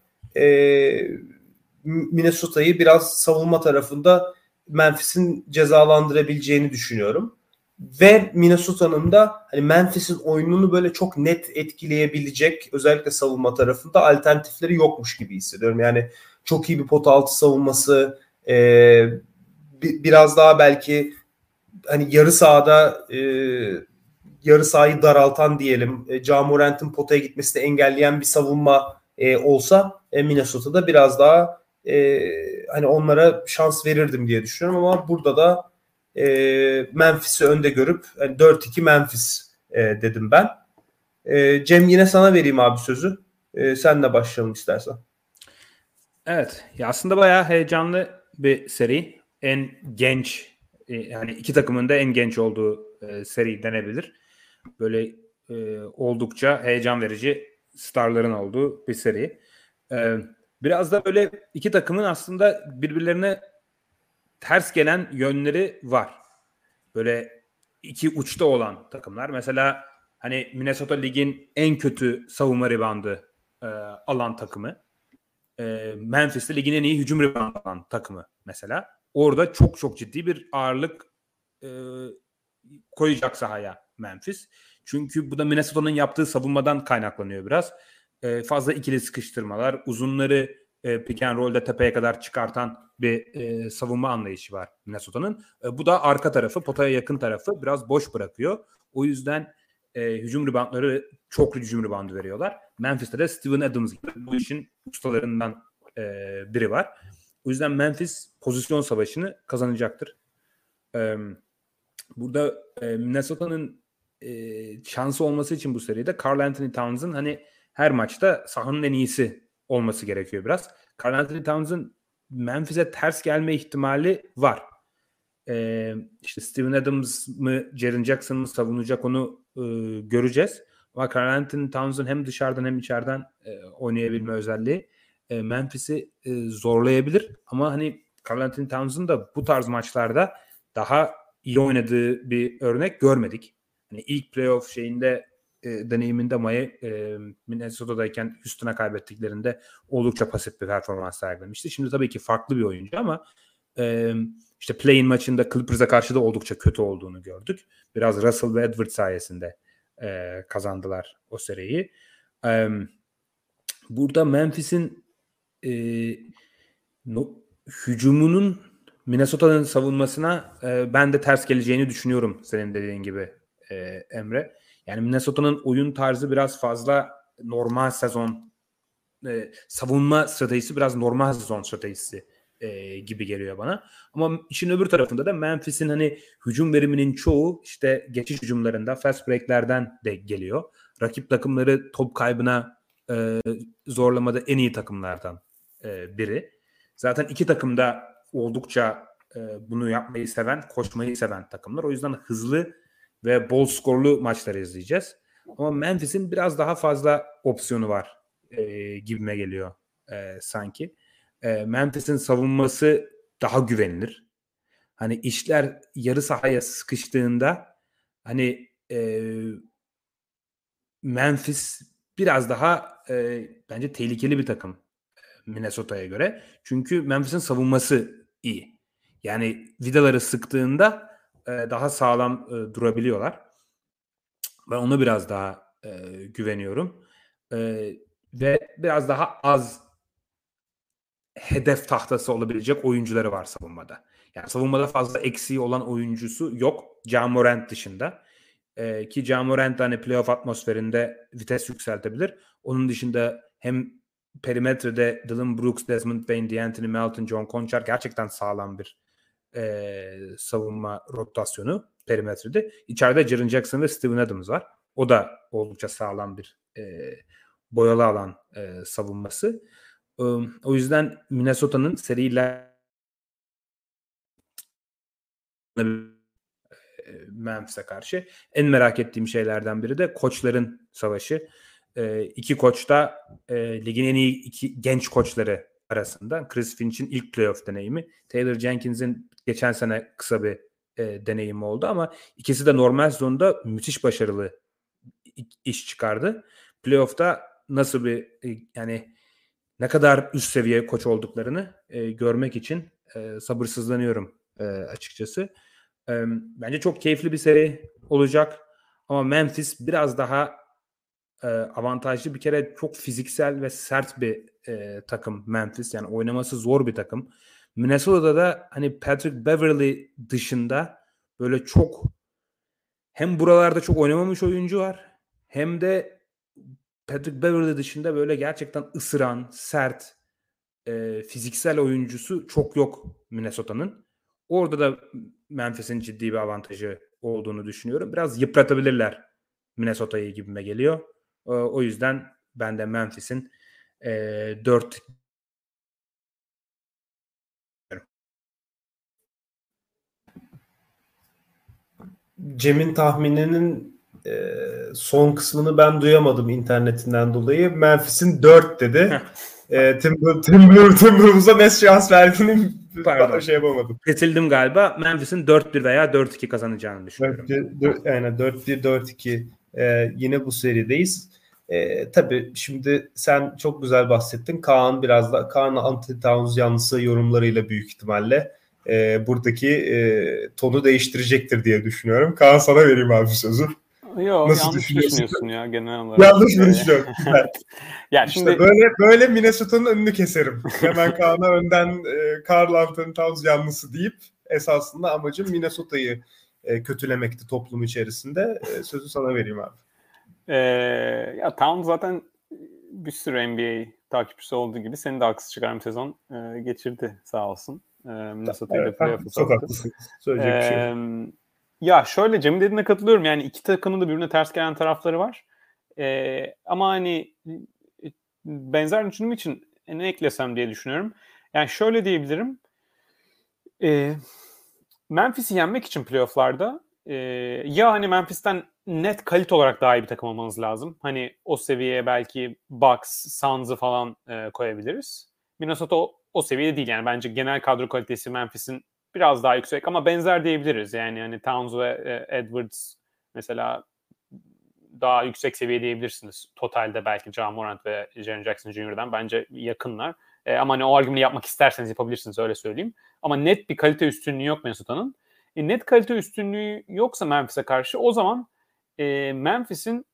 Minnesota'yı biraz savunma tarafında Memphis'in cezalandırabileceğini düşünüyorum. Ve Minnesota'nın da hani Memphis'in oyununu böyle çok net etkileyebilecek özellikle savunma tarafında alternatifleri yokmuş gibi hissediyorum. Yani çok iyi bir pot altı savunması, biraz daha belki hani yarı sahada yarı sahayı daraltan diyelim, Ja Morant'ın potaya gitmesini engelleyen bir savunma olsa Minnesota'da biraz daha hani onlara şans verirdim diye düşünüyorum ama burada da Memphis'i önde görüp yani 4-2 Memphis dedim ben. Cem yine sana vereyim abi sözü. Senle başlayalım istersen. Evet. Ya aslında bayağı heyecanlı bir seri. En genç yani iki takımın da en genç olduğu seri denebilir. Böyle oldukça heyecan verici starların olduğu bir seri. Biraz da böyle iki takımın aslında birbirlerine ters gelen yönleri var. Böyle iki uçta olan takımlar. Mesela hani Minnesota ligin en kötü savunma ribandı alan takımı. Memphis'te ligin en iyi hücum ribandı alan takımı mesela. Orada çok çok ciddi bir ağırlık koyacak sahaya Memphis. Çünkü bu da Minnesota'nın yaptığı savunmadan kaynaklanıyor biraz. Fazla ikili sıkıştırmalar, uzunları pick and roll'de tepeye kadar çıkartan bir savunma anlayışı var Minnesota'nın. Bu da arka tarafı, potaya yakın tarafı biraz boş bırakıyor. O yüzden hücum reboundları çok hücum reboundu veriyorlar. Memphis'te de Steven Adams gibi bu işin ustalarından biri var. O yüzden Memphis pozisyon savaşını kazanacaktır. Burada Minnesota'nın şansı olması için bu seride Karl Anthony Towns'ın hani her maçta sahanın en iyisi olması gerekiyor biraz. Karl Anthony Towns'ın Memphis'e ters gelme ihtimali var. İşte Steven Adams mı Jaren Jackson mı savunacak onu göreceğiz. Ama Karl Anthony Towns'ın hem dışarıdan hem içeriden oynayabilme özelliği Memphis'i zorlayabilir. Ama hani Karl Anthony Towns'ın da bu tarz maçlarda daha iyi oynadığı bir örnek görmedik. Hani ilk playoff şeyinde deneyiminde Minnesota'dayken Houston'a kaybettiklerinde oldukça pasif bir performans sergilemişti. Şimdi tabii ki farklı bir oyuncu ama işte play-in maçında Clippers'a karşı da oldukça kötü olduğunu gördük. Biraz Russell ve Edwards sayesinde kazandılar o seriyi. Burada Memphis'in hücumunun Minnesota'nın savunmasına ben de ters geleceğini düşünüyorum senin dediğin gibi Emre. Yani Minnesota'nın oyun tarzı biraz fazla normal sezon savunma stratejisi biraz normal sezon stratejisi gibi geliyor bana. Ama işin öbür tarafında da Memphis'in hani hücum veriminin çoğu işte geçiş hücumlarında fast break'lerden de geliyor. Rakip takımları top kaybına zorlamada en iyi takımlardan biri. Zaten iki takım da oldukça bunu yapmayı seven, koşmayı seven takımlar. O yüzden hızlı ve bol skorlu maçları izleyeceğiz. Ama Memphis'in biraz daha fazla opsiyonu var gibime geliyor sanki. Memphis'in savunması daha güvenilir. Hani işler yarı sahaya sıkıştığında hani Memphis biraz daha bence tehlikeli bir takım Minnesota'ya göre. Çünkü Memphis'in savunması iyi. Yani vidaları sıktığında daha sağlam durabiliyorlar. Ben ona biraz daha güveniyorum. Ve biraz daha az hedef tahtası olabilecek oyuncuları var savunmada. Yani savunmada fazla eksiği olan oyuncusu yok. Ja Morant dışında. Ki Ja Morant hani playoff atmosferinde vites yükseltebilir. Onun dışında hem perimetrede Dillon Brooks, Desmond Bane, D'Anthony Melton, John Konchar gerçekten sağlam bir savunma rotasyonu perimetrede. İçeride Jaren Jackson ve Steven Adams var. O da oldukça sağlam bir boyalı alan savunması. O yüzden Minnesota'nın seriyle Memphis'e karşı en merak ettiğim şeylerden biri de koçların savaşı. İki koç da ligin en iyi iki genç koçları arasında. Chris Finch'in ilk playoff deneyimi, Taylor Jenkins'in geçen sene kısa bir deneyimi oldu ama ikisi de normal sezonda müthiş başarılı iş çıkardı. Playoff'ta nasıl bir yani ne kadar üst seviye koç olduklarını görmek için sabırsızlanıyorum açıkçası. Bence çok keyifli bir seri olacak ama Memphis biraz daha avantajlı. Bir kere çok fiziksel ve sert bir takım Memphis. Yani oynaması zor bir takım. Minnesota'da da hani Patrick Beverley dışında böyle çok hem buralarda çok oynamamış oyuncu var hem de Patrick Beverley dışında böyle gerçekten ısıran, sert, fiziksel oyuncusu çok yok Minnesota'nın. Orada da Memphis'in ciddi bir avantajı olduğunu düşünüyorum. Biraz yıpratabilirler Minnesota'yı gibime geliyor. O yüzden ben de Memphis'in 4 Cem'in tahmininin son kısmını ben duyamadım internetinden dolayı. Memphis'in 4 dedi. Timberwolves'a ne şans verdiğini şey yapamadım. Kesildim galiba. Memphis'in 4-1 veya 4-2 kazanacağını düşünüyorum. Aynen 4-1, 4-2 yine bu serideyiz. Tabii şimdi sen çok güzel bahsettin. Kaan biraz da Kaan Anti-Towns yanlısı yorumlarıyla büyük ihtimalle buradaki tonu değiştirecektir diye düşünüyorum. Kaan sana vereyim abi sözü. Yok, yanlış düşünüyorsun ya genel olarak. Yanlış mı düşünüyorum? Yani işte şimdi böyle Minnesota'nın önünü keserim. Hemen Kaan'a önden Karl Anthony Towns yanlısı deyip esasında amacım Minnesota'yı kötülemekti toplum içerisinde. Sözü sana vereyim abi. Ya Towns zaten bir sürü NBA takipçisi olduğu gibi senin de haksız çıkarım sezon geçirdi sağ olsun. Minnesota'yı da playoff'a soktu. Çok haklısın. Söyleyecek bir şey yok. Ya şöyle Cem'in dediğine katılıyorum. Yani iki takımın da birbirine ters gelen tarafları var. Ama hani benzer düşündüğüm için ne eklesem diye düşünüyorum. Yani şöyle diyebilirim. Memphis'i yenmek için playoff'larda ya hani Memphis'ten net kalite olarak daha iyi bir takım olmanız lazım. Hani o seviyeye belki Bucks, Suns'ı falan koyabiliriz. Minnesota o seviyede değil. Yani bence genel kadro kalitesi Memphis'in biraz daha yüksek ama benzer diyebiliriz. Yani hani Towns ve Edwards mesela daha yüksek seviye diyebilirsiniz. Totalde belki Ja Morant ve Jaren Jackson Jr.'dan bence yakınlar. Ama hani o argümanı yapmak isterseniz yapabilirsiniz, öyle söyleyeyim. Ama net bir kalite üstünlüğü yok Minnesota'nın. Net kalite üstünlüğü yoksa Memphis'e karşı o zaman Memphis'in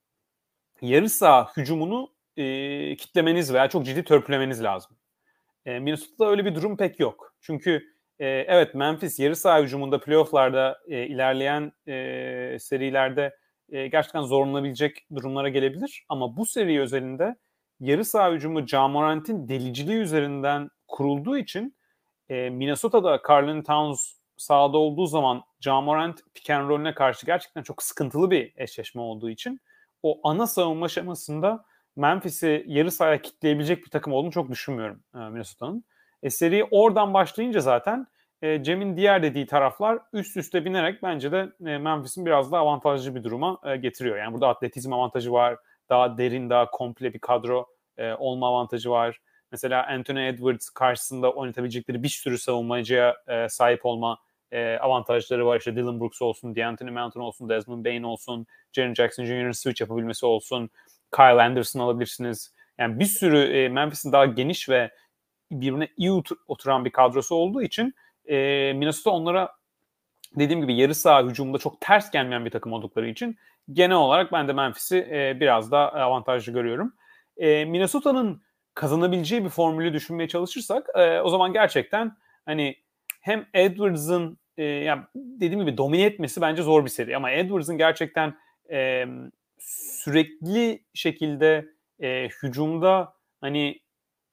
yarı saha hücumunu kitlemeniz veya çok ciddi törpülemeniz lazım. Minnesota'da öyle bir durum pek yok. Çünkü evet Memphis yarı saha hücumunda playoff'larda ilerleyen serilerde gerçekten zorlanabilecek durumlara gelebilir. Ama bu seri özelinde yarı saha hücumu Ja Morant'in deliciliği üzerinden kurulduğu için Minnesota'da Karl Towns sahada olduğu zaman Ja Morant pick and roll'üne karşı gerçekten çok sıkıntılı bir eşleşme olduğu için o ana savunma şemasında Memphis'i yarı sahaya kitleyebilecek bir takım olduğunu çok düşünmüyorum Minnesota'nın. Seri oradan başlayınca zaten Cem'in diğer dediği taraflar üst üste binerek bence de Memphis'in biraz daha avantajlı bir duruma getiriyor. Yani burada atletizm avantajı var, daha derin, daha komple bir kadro olma avantajı var. Mesela Anthony Edwards karşısında oynatabilecekleri bir sürü savunmacıya sahip olma avantajları var. İşte Dillon Brooks olsun, D'Anthony Melton olsun, Desmond Bane olsun, Jaren Jackson Jr.'ın switch yapabilmesi olsun, Kyle Anderson alabilirsiniz. Yani bir sürü Memphis'in daha geniş ve birbirine iyi oturan bir kadrosu olduğu için Minnesota onlara dediğim gibi yarı saha hücumunda çok ters gelmeyen bir takım oldukları için genel olarak ben de Memphis'i biraz daha avantajlı görüyorum. Minnesota'nın kazanabileceği bir formülü düşünmeye çalışırsak o zaman gerçekten hani hem Edwards'ın yani dediğim gibi domine etmesi bence zor bir seri ama Edwards'ın gerçekten sürekli şekilde hücumda hani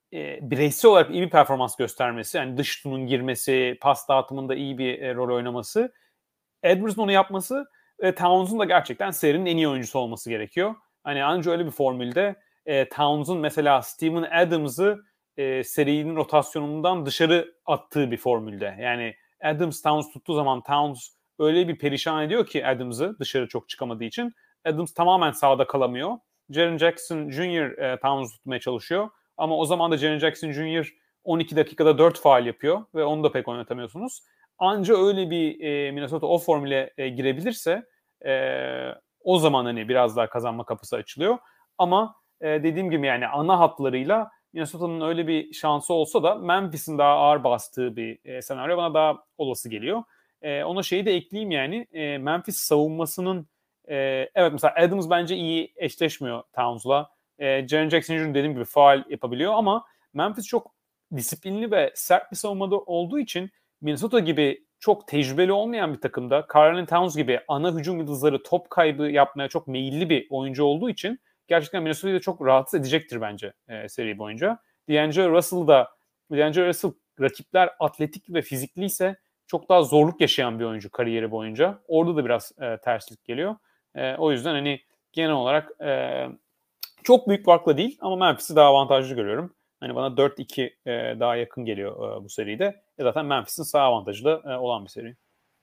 bireysel olarak iyi bir performans göstermesi, yani dış şutunun girmesi, pas dağıtımında iyi bir rol oynaması, Edwards'ın onu yapması ve Towns'un da gerçekten serinin en iyi oyuncusu olması gerekiyor. Hani ancak öyle bir formülde Towns'un mesela Steven Adams'ı serinin rotasyonundan dışarı attığı bir formülde. Yani Adams Towns tuttuğu zaman Towns öyle bir perişan ediyor ki Adams'ı dışarı çok çıkamadığı için. Adams tamamen sahada kalamıyor. Jaren Jackson Jr. Towns'u tutmaya çalışıyor. Ama o zaman da Jaren Jackson Jr. 12 dakikada 4 faul yapıyor ve onu da pek oynatamıyorsunuz. Anca öyle bir Minnesota o formüle girebilirse o zaman hani biraz daha kazanma kapısı açılıyor. Ama dediğim gibi yani ana hatlarıyla Minnesota'nın öyle bir şansı olsa da Memphis'in daha ağır bastığı bir senaryo bana daha olası geliyor. Ona şeyi de ekleyeyim yani Memphis savunmasının evet mesela Adams bence iyi eşleşmiyor Towns'la. Jaren Jackson Jr. dediğim gibi faul yapabiliyor ama Memphis çok disiplinli ve sert bir savunmada olduğu için Minnesota gibi çok tecrübeli olmayan bir takımda Karl-Anthony Towns gibi ana hücum yıldızları top kaybı yapmaya çok meyilli bir oyuncu olduğu için gerçekten Minnesota'yı da çok rahatsız edecektir bence seri boyunca. D'Angelo Russell rakipler atletik ve fizikliyse çok daha zorluk yaşayan bir oyuncu kariyeri boyunca. Orada da biraz terslik geliyor. O yüzden hani genel olarak çok büyük farkla değil ama Memphis'i daha avantajlı görüyorum. Hani bana 4-2 daha yakın geliyor bu seride. Zaten Memphis'in sağ avantajı da olan bir seri.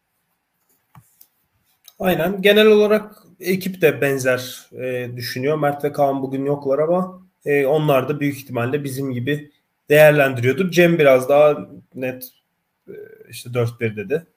Aynen. Genel olarak ekip de benzer düşünüyor. Mert ve Kaan bugün yoklar ama onlar da büyük ihtimalle bizim gibi değerlendiriyordur. Cem biraz daha net işte 4-1 dedi.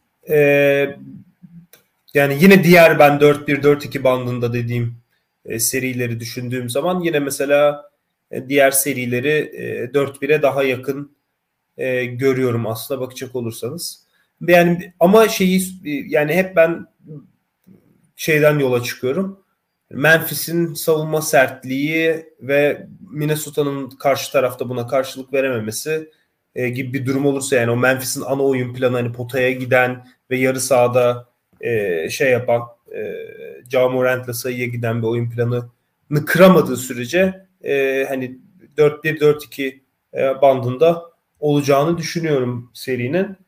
Yani yine diğer ben 4-1-4-2 bandında dediğim serileri düşündüğüm zaman yine mesela diğer serileri 4-1'e daha yakın görüyorum aslında bakacak olursanız. Yani ama yani hep ben şeyden yola çıkıyorum. Memphis'in savunma sertliği ve Minnesota'nın karşı tarafta buna karşılık verememesi gibi bir durum olursa yani o Memphis'in ana oyun planı hani potaya giden ve yarı sahada şey yapan Ja Morant'la sayıya giden bir oyun planını kıramadığı sürece hani 4-1-4-2 bandında olacağını düşünüyorum serinin.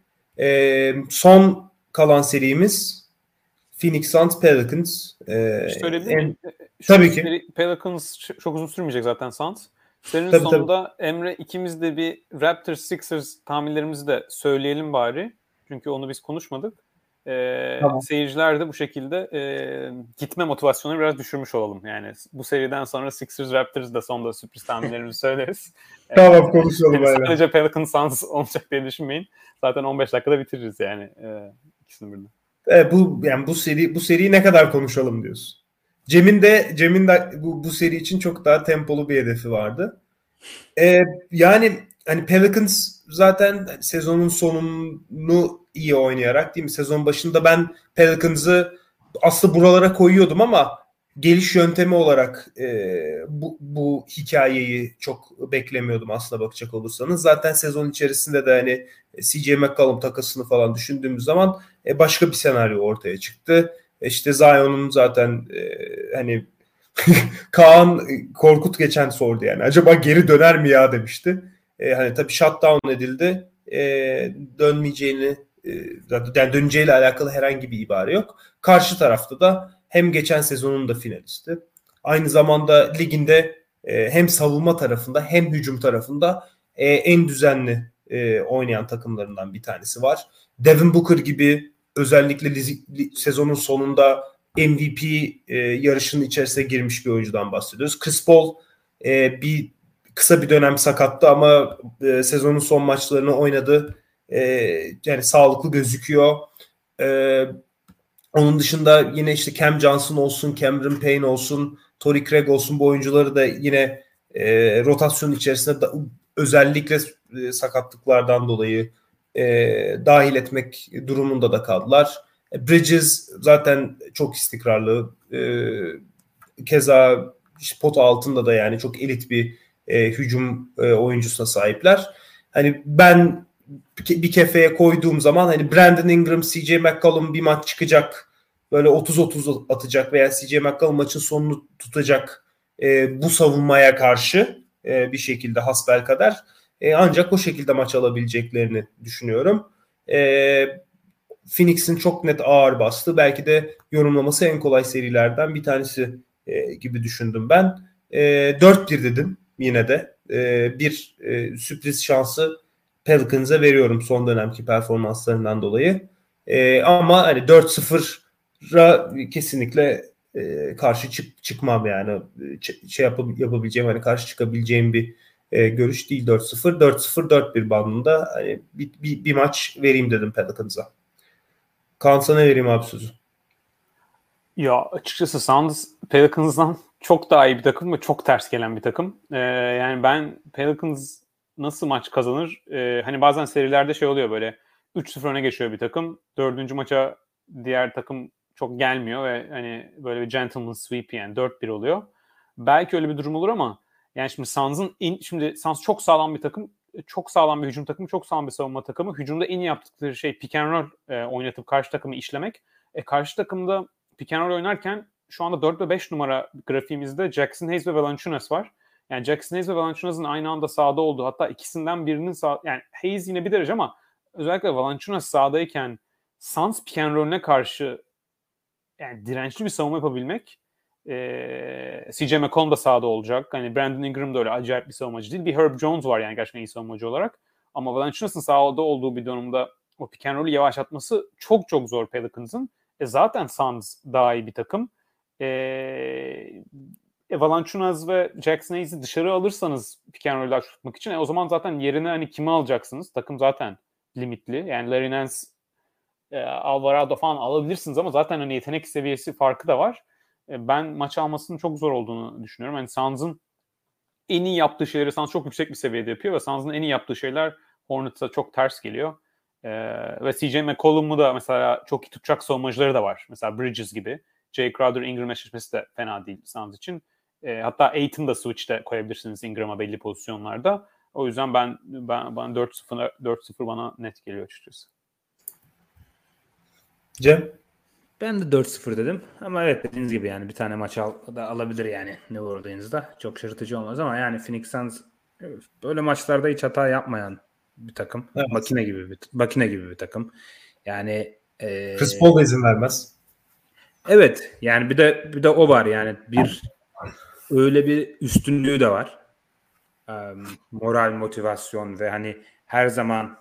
Son kalan serimiz Phoenix Suns Pelicans. Söyleyebilir miyim? Tabii ki. Pelicans çok uzun sürmeyecek zaten Suns. Serinin tabii, sonunda tabii. Emre ikimiz de bir Raptors Sixers tahminlerimizi de söyleyelim bari. Çünkü onu biz konuşmadık. Tamam. Seyirciler de bu şekilde gitme motivasyonunu biraz düşürmüş olalım. Yani bu seriden sonra Sixers Raptors da sonunda sürpriz tahminlerimizi söyleriz. Tamam konuşalım öyle. Sadece Pelicans Suns olacak diye düşünmeyin. Zaten 15 dakikada bitiririz yani ikisini birden. Bu seriyi ne kadar konuşalım diyorsun. Cem'in de bu seri için çok daha tempolu bir hedefi vardı. Yani hani Pelicans zaten sezonun sonunu iyi oynayarak değil mi? Sezon başında ben Pelicans'ı aslında buralara koyuyordum ama geliş yöntemi olarak bu hikayeyi çok beklemiyordum aslında bakacak olursanız. Zaten sezon içerisinde de hani CJ McCollum takasını falan düşündüğümüz zaman başka bir senaryo ortaya çıktı. İşte Zion'un zaten hani Kaan Korkut geçen sordu yani. Acaba geri döner mi ya demişti. Hani tabii shutdown edildi. Dönmeyeceğini yani döneceğiyle alakalı herhangi bir ibare yok. Karşı tarafta da hem geçen sezonun da finalisti. Aynı zamanda liginde hem savunma tarafında hem hücum tarafında en düzenli oynayan takımlarından bir tanesi var. Devin Booker gibi özellikle sezonun sonunda MVP yarışının içerisine girmiş bir oyuncudan bahsediyoruz. Chris Paul kısa bir dönem sakattı ama sezonun son maçlarını oynadı. Yani sağlıklı gözüküyor. Onun dışında yine işte Cam Johnson olsun, Cameron Payne olsun, Torrey Craig olsun bu oyuncuları da yine rotasyon içerisinde özellikle sakatlıklardan dolayı dahil etmek durumunda da kaldılar. Bridges zaten çok istikrarlı. Keza pota altında da yani çok elit bir hücum oyuncusuna sahipler. Hani ben bir kefeye koyduğum zaman hani Brandon Ingram, CJ McCollum bir maç çıkacak. Böyle 30-30 atacak veya CJ McCollum maçın sonunu tutacak bu savunmaya karşı bir şekilde hasbelkader. Ancak o şekilde maç alabileceklerini düşünüyorum. Phoenix'in çok net ağır bastı. Belki de yorumlaması en kolay serilerden bir tanesi gibi düşündüm ben. 4-1 dedim yine de. Bir sürpriz şansı Pelicans'a veriyorum son dönemki performanslarından dolayı. Ama hani 4-0'a kesinlikle karşı çıkmam yani. Yapabileceğim, hani karşı çıkabileceğim bir görüş değil 4-0. 4-0, 4-1 bandında hani bir maç vereyim dedim Pelicans'a. Kaan, sana vereyim abi sözü. Ya açıkçası Suns Pelicans'dan çok daha iyi bir takım ve çok ters gelen bir takım. Yani ben Pelicans nasıl maç kazanır? Hani bazen serilerde şey oluyor, böyle 3-0 öne geçiyor bir takım. 4. maça diğer takım çok gelmiyor ve hani böyle bir gentleman sweep, yani 4-1 oluyor. Belki öyle bir durum olur ama yani şimdi Suns çok sağlam bir takım. Çok sağlam bir hücum takımı, çok sağlam bir savunma takımı. Hücumda en iyi yaptıkları şey pick and roll oynatıp karşı takımı işlemek. Karşı takımda pick and roll oynarken şu anda 4 ve 5 numara grafiğimizde Jackson Hayes ve Valanciunas var. Yani Jackson Hayes ve Valanciunas'ın aynı anda sahada olduğu, hatta ikisinden birinin yani Hayes yine bir derece ama özellikle Valanciunas sahadayken Suns pick and roll'üne karşı yani dirençli bir savunma yapabilmek. CJ McCollum da sahada olacak. Hani Brandon Ingram da öyle acayip bir savunmacı değil. Bir Herb Jones var yani gerçekten iyi savunmacı olarak. Ama Valanciunas'ın sahada olduğu bir durumda o pick and roll'ü yavaşlatması çok çok zor Pelicans'ın. Zaten Suns daha iyi bir takım. Valanciunas ve Jackson Hayes'i dışarı alırsanız pick and roll'ü tutmak için o zaman zaten yerine hani kimi alacaksınız? Takım zaten limitli. Yani Larry Nance, Alvarado falan alabilirsiniz ama zaten hani yetenek seviyesi farkı da var. Ben maç almasının çok zor olduğunu düşünüyorum. Hani Suns'ın en iyi yaptığı şeyleri Suns çok yüksek bir seviyede yapıyor ve Suns'ın en iyi yaptığı şeyler Hornets'a çok ters geliyor. Ve CJ McCollum'u da mesela çok iyi tutacak savunmacıları da var. Mesela Bridges gibi. Jay Crowder, Ingram eşleşmesi de fena değil Suns için. Hatta Ayton'u da switch'te koyabilirsiniz Ingram'a belli pozisyonlarda. O yüzden ben 4-0 bana net geliyor açıkçası. Cem? Ben de 4-0 dedim. Ama evet, dediğiniz gibi yani bir tane maç alabilir yani New Orleans'da. Çok şaşırtıcı olmaz ama yani Phoenix Suns böyle maçlarda hiç hata yapmayan bir takım. Evet. Makine gibi bir takım. Yani Chris Paul da izin vermez. Evet. Yani bir de o var yani öyle bir üstünlüğü de var. Moral, motivasyon ve hani her zaman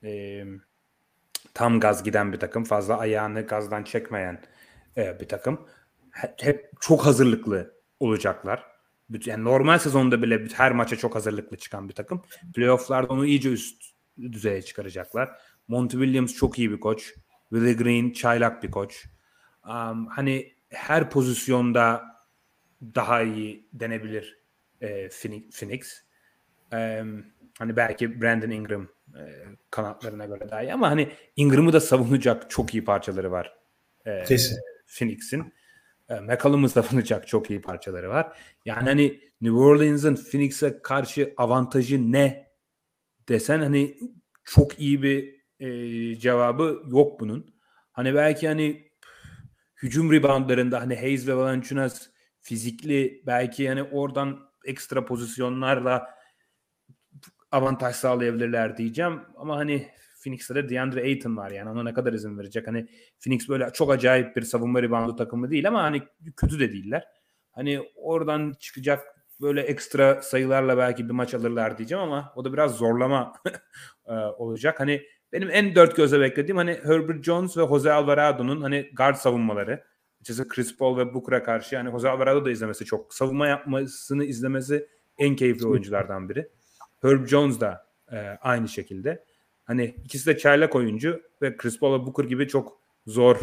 tam gaz giden bir takım. Fazla ayağını gazdan çekmeyen bir takım. Hep çok hazırlıklı olacaklar. Yani normal sezonda bile her maça çok hazırlıklı çıkan bir takım. Playoff'larda onu iyice üst düzeye çıkaracaklar. Monty Williams çok iyi bir koç. Willie Green çaylak bir koç. Hani her pozisyonda daha iyi denebilir Phoenix. Hani belki Brandon Ingram kanatlarına göre daha iyi ama hani Ingram'ı da savunacak çok iyi parçaları var Phoenix'in. McCollum'u savunacak çok iyi parçaları var. Yani hani New Orleans'ın Phoenix'e karşı avantajı ne desen hani çok iyi bir cevabı yok bunun. Hani belki hani hücum reboundlarında hani Hayes ve Valanciunas fizikli, belki yani oradan ekstra pozisyonlarla avantaj sağlayabilirler diyeceğim. Ama hani Phoenix'te de DeAndre Ayton var yani ona ne kadar izin verecek? Hani Phoenix böyle çok acayip bir savunma reboundu takımı değil ama hani kötü de değiller. Hani oradan çıkacak böyle ekstra sayılarla belki bir maç alırlar diyeceğim ama o da biraz zorlama olacak. Hani benim en dört gözle beklediğim hani Herbert Jones ve Jose Alvarado'nun hani guard savunmaları. İşte Chris Paul ve Booker'a karşı yani Jose Alvarado da izlemesi çok. Savunma yapmasını izlemesi en keyifli oyunculardan biri. Herb Jones da aynı şekilde. Hani ikisi de çaylak oyuncu ve Chris Paul ve Booker gibi çok zor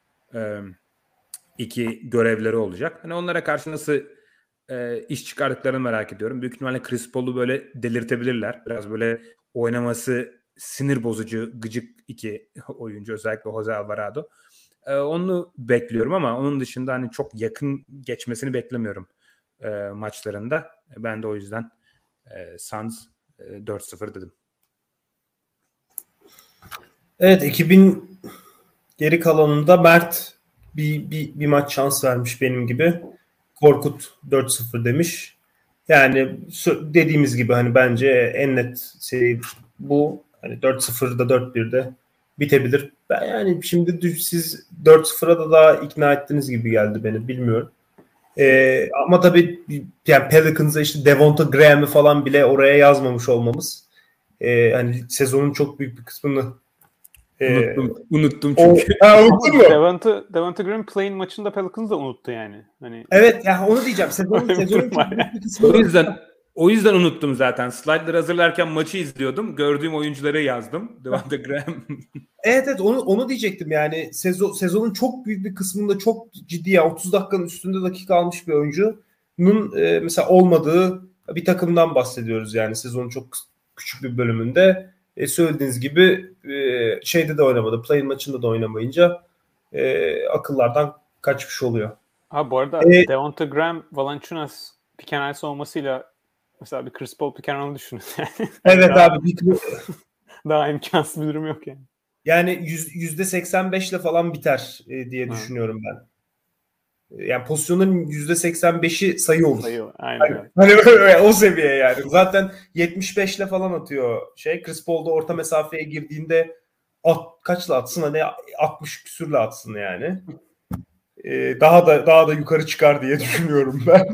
iki görevleri olacak. Hani onlara karşı nasıl iş çıkardıklarını merak ediyorum. Büyük ihtimalle Chris Paul'u böyle delirtebilirler. Biraz böyle oynaması sinir bozucu, gıcık iki oyuncu, özellikle Jose Alvarado. Onu bekliyorum ama onun dışında hani çok yakın geçmesini beklemiyorum maçlarında. Ben de o yüzden Suns 4-0 dedim. Evet, ekibin geri kalanında Mert bir maç şans vermiş benim gibi. Korkut 4-0 demiş. Yani dediğimiz gibi hani bence en net seri bu. Hani 4-0'da 4-1'de bitebilir. Ben yani şimdi siz 4-0'a da daha ikna ettiniz gibi geldi beni. Bilmiyorum. Ama tabii yani Pelicans'a işte Devonta Graham'ı falan bile oraya yazmamış olmamız hani sezonun çok büyük bir kısmını Unuttum çünkü. Unuttun mu? Devonta Graham play'in maçında Pelicans da unuttu yani. Hani Evet yani onu diyeceğim. Sezonun çok büyük bir kısmını O yüzden unuttum zaten. Slide'ları hazırlarken maçı izliyordum. Gördüğüm oyuncuları yazdım. Devonta Graham. Evet onu diyecektim yani sezonun çok büyük bir kısmında çok ciddi ya 30 dakikanın üstünde dakika almış bir oyuncunun mesela olmadığı bir takımdan bahsediyoruz yani sezonun çok küçük bir bölümünde söylediğiniz gibi şeyde de oynamadı, play maçında da oynamayınca akıllardan kaçmış oluyor. Ha bu arada Devonta Graham, Valanciunas pick and roll savunmasıyla mesela bir Chris Paul pick and roll'u düşünün yani. Evet abi daha imkansız bir durum yok yani. Yani %85 ile falan biter diye düşünüyorum ben. Yani pozisyonların %85'i sayı olur. Sayı, aynen. Hani böyle o seviye yani. Zaten 75 ile falan atıyor Chris Paul da orta mesafeye girdiğinde kaçla atsın hani 60 küsürle atsın yani. Daha da yukarı çıkar diye düşünüyorum ben.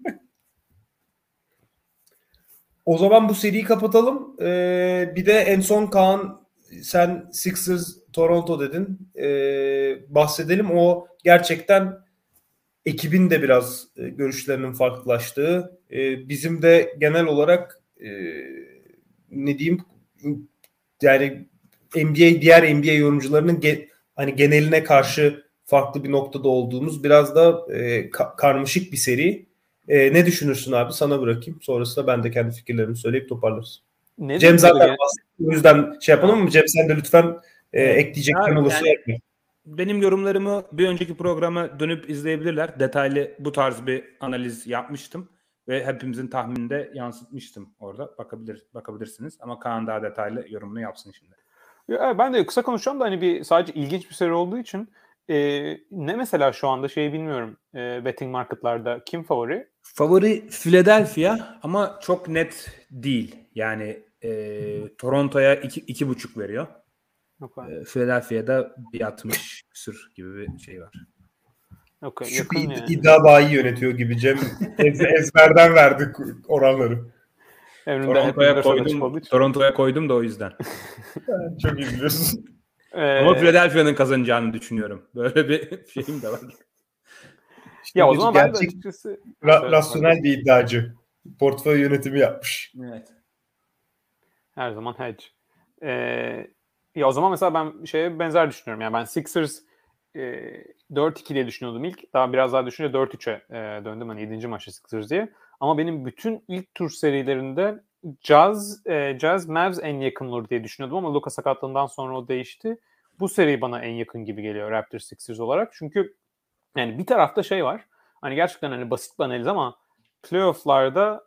O zaman bu seriyi kapatalım. Bir de en son Kaan sen Sixers Toronto dedin. Bahsedelim. O gerçekten ekibin de biraz görüşlerinin farklılaştığı. Bizim de genel olarak ne diyeyim yani diğer NBA yorumcularının hani geneline karşı farklı bir noktada olduğumuz biraz da karmaşık bir seri. Ne düşünürsün abi? Sana bırakayım. Sonrasında ben de kendi fikirlerimi söyleyip toparlarız. Cem zaten bahsetti. O yüzden yapalım mı? Cem sen de lütfen ekleyeceklerin olursa ekle. Benim yorumlarımı bir önceki programa dönüp izleyebilirler. Detaylı bu tarz bir analiz yapmıştım. Ve hepimizin tahmininde yansıtmıştım orada. Bakabilirsiniz. Ama Kaan daha detaylı yorumunu yapsın şimdi. Ben de kısa konuşacağım da hani sadece ilginç bir seri olduğu için ne mesela şu anda bilmiyorum. Betting marketlarda kim favori? Favori Philadelphia ama çok net değil. Yani Toronto'ya 2.5 veriyor. Philadelphia'da bir 60 küsur gibi bir şey var. Okay, şu iddia bayi yönetiyor gibi Cem ezberden verdik oranları. Toronto'ya koydum da o yüzden. Çok iyi biliyorsun. Ama Philadelphia'nın kazanacağını düşünüyorum. Böyle bir şeyim de var. İşte ya o zaman ben de açıkçası rasyonel bir iddiacı. Portföy yönetimi yapmış. Evet. Her zaman hedge. Ya o zaman mesela ben benzer düşünüyorum. Yani ben Sixers 4-2 diye düşünüyordum ilk. Daha biraz daha düşününce 4-3'e döndüm. Hani 7. maçta Sixers diye. Ama benim bütün ilk tur serilerinde Jazz Mavs en yakın olur diye düşünüyordum ama Luka sakatlığından sonra o değişti. Bu seri bana en yakın gibi geliyor Raptors Sixers olarak. Çünkü yani bir tarafta var. Hani gerçekten hani basit bir analiz ama playoff'larda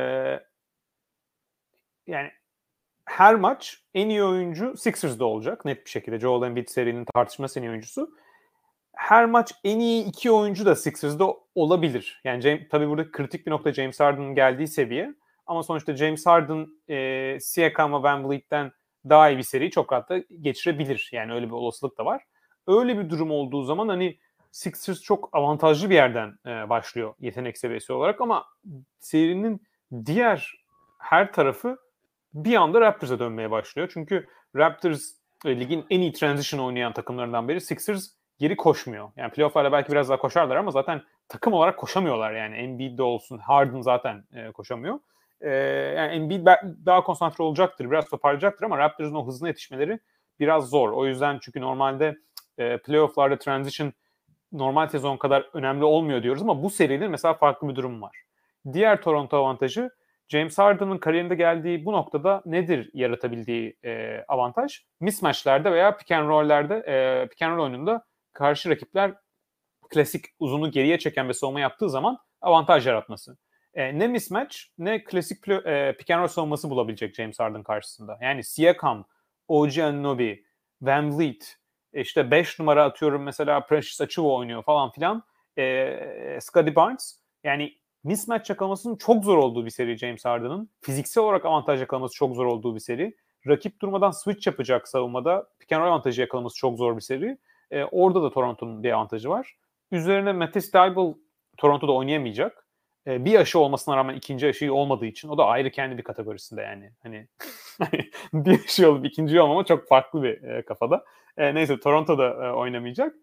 yani her maç en iyi oyuncu Sixers'da olacak net bir şekilde. Joel Embiid serinin tartışması en iyi oyuncusu. Her maç en iyi 2 oyuncu da Sixers'da olabilir. Yani tabii burada kritik bir nokta James Harden'ın geldiği seviye. Ama sonuçta James Harden Siakam ve VanVleet'ten daha iyi bir seriyi çok rahat da geçirebilir. Yani öyle bir olasılık da var. Öyle bir durum olduğu zaman hani Sixers çok avantajlı bir yerden başlıyor yetenek seviyesi olarak ama serinin diğer her tarafı bir anda Raptors'a dönmeye başlıyor. Çünkü Raptors ligin en iyi transition oynayan takımlarından biri. Sixers geri koşmuyor. Yani playoff'larda belki biraz daha koşarlar ama zaten takım olarak koşamıyorlar yani. Embiid de olsun, Harden zaten koşamıyor. Yani Embiid daha konsantre olacaktır, biraz toparlayacaktır ama Raptors'ın o hızına yetişmeleri biraz zor. O yüzden çünkü normalde playoff'larda transition normal sezon kadar önemli olmuyor diyoruz ama bu serinin mesela farklı bir durum var. Diğer Toronto avantajı James Harden'ın kariyerinde geldiği bu noktada nedir yaratabildiği avantaj? Mismatch'lerde veya pick and roll'lerde pick and roll oyununda karşı rakipler klasik uzunu geriye çeken ve savunma yaptığı zaman avantaj yaratması. Ne mismatch ne klasik pick and roll savunması bulabilecek James Harden karşısında. Yani Siakam, OG Anunoby, VanVleet, işte 5 numara atıyorum mesela Precious Achiuwa oynuyor falan filan. Scottie Barnes. Yani mismatch yakalamasının çok zor olduğu bir seri James Harden'ın. Fiziksel olarak avantaj yakalaması çok zor olduğu bir seri. Rakip durmadan switch yapacak savunmada. Pick and roll avantajı yakalaması çok zor bir seri. Orada da Toronto'nun bir avantajı var. Üzerine Matisse Thybulle Toronto'da oynayamayacak. Bir aşı olmasına rağmen ikinci aşı olmadığı için o da ayrı kendi bir kategorisinde yani. Hani bir aşı olup ikinciyi olmama çok farklı bir kafada. Neyse Toronto'da oynamayacak.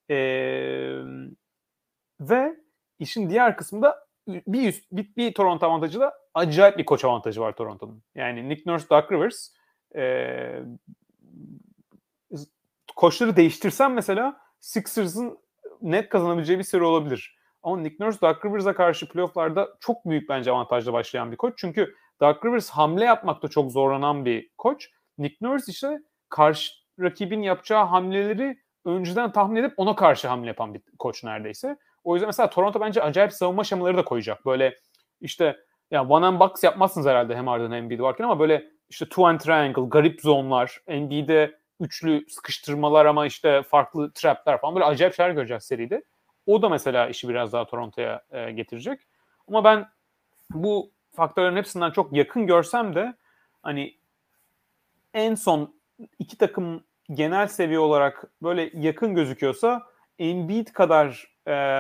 Ve işin diğer kısmında bir Toronto avantajı da acayip bir koç avantajı var Toronto'nun. Yani Nick Nurse, Doug Rivers koçları değiştirsem mesela Sixers'ın net kazanabileceği bir seri olabilir. Ama Nick Nurse, Doug Rivers'a karşı playoff'larda çok büyük bence avantajla başlayan bir koç. Çünkü Doug Rivers hamle yapmakta çok zorlanan bir koç. Nick Nurse işte karşı rakibin yapacağı hamleleri önceden tahmin edip ona karşı hamle yapan bir koç neredeyse. O yüzden mesela Toronto bence acayip savunma şemaları da koyacak. Böyle işte ya one and box yapmazsınız herhalde hem Harden hem Embiid varken ama böyle işte two and triangle, garip zonlar, NBA'de üçlü sıkıştırmalar ama işte farklı trapler falan böyle acayip şeyler göreceğiz seride. O da mesela işi biraz daha Toronto'ya getirecek. Ama ben bu faktörlerin hepsinden çok yakın görsem de hani en son iki takım genel seviye olarak böyle yakın gözüküyorsa Embiid kadar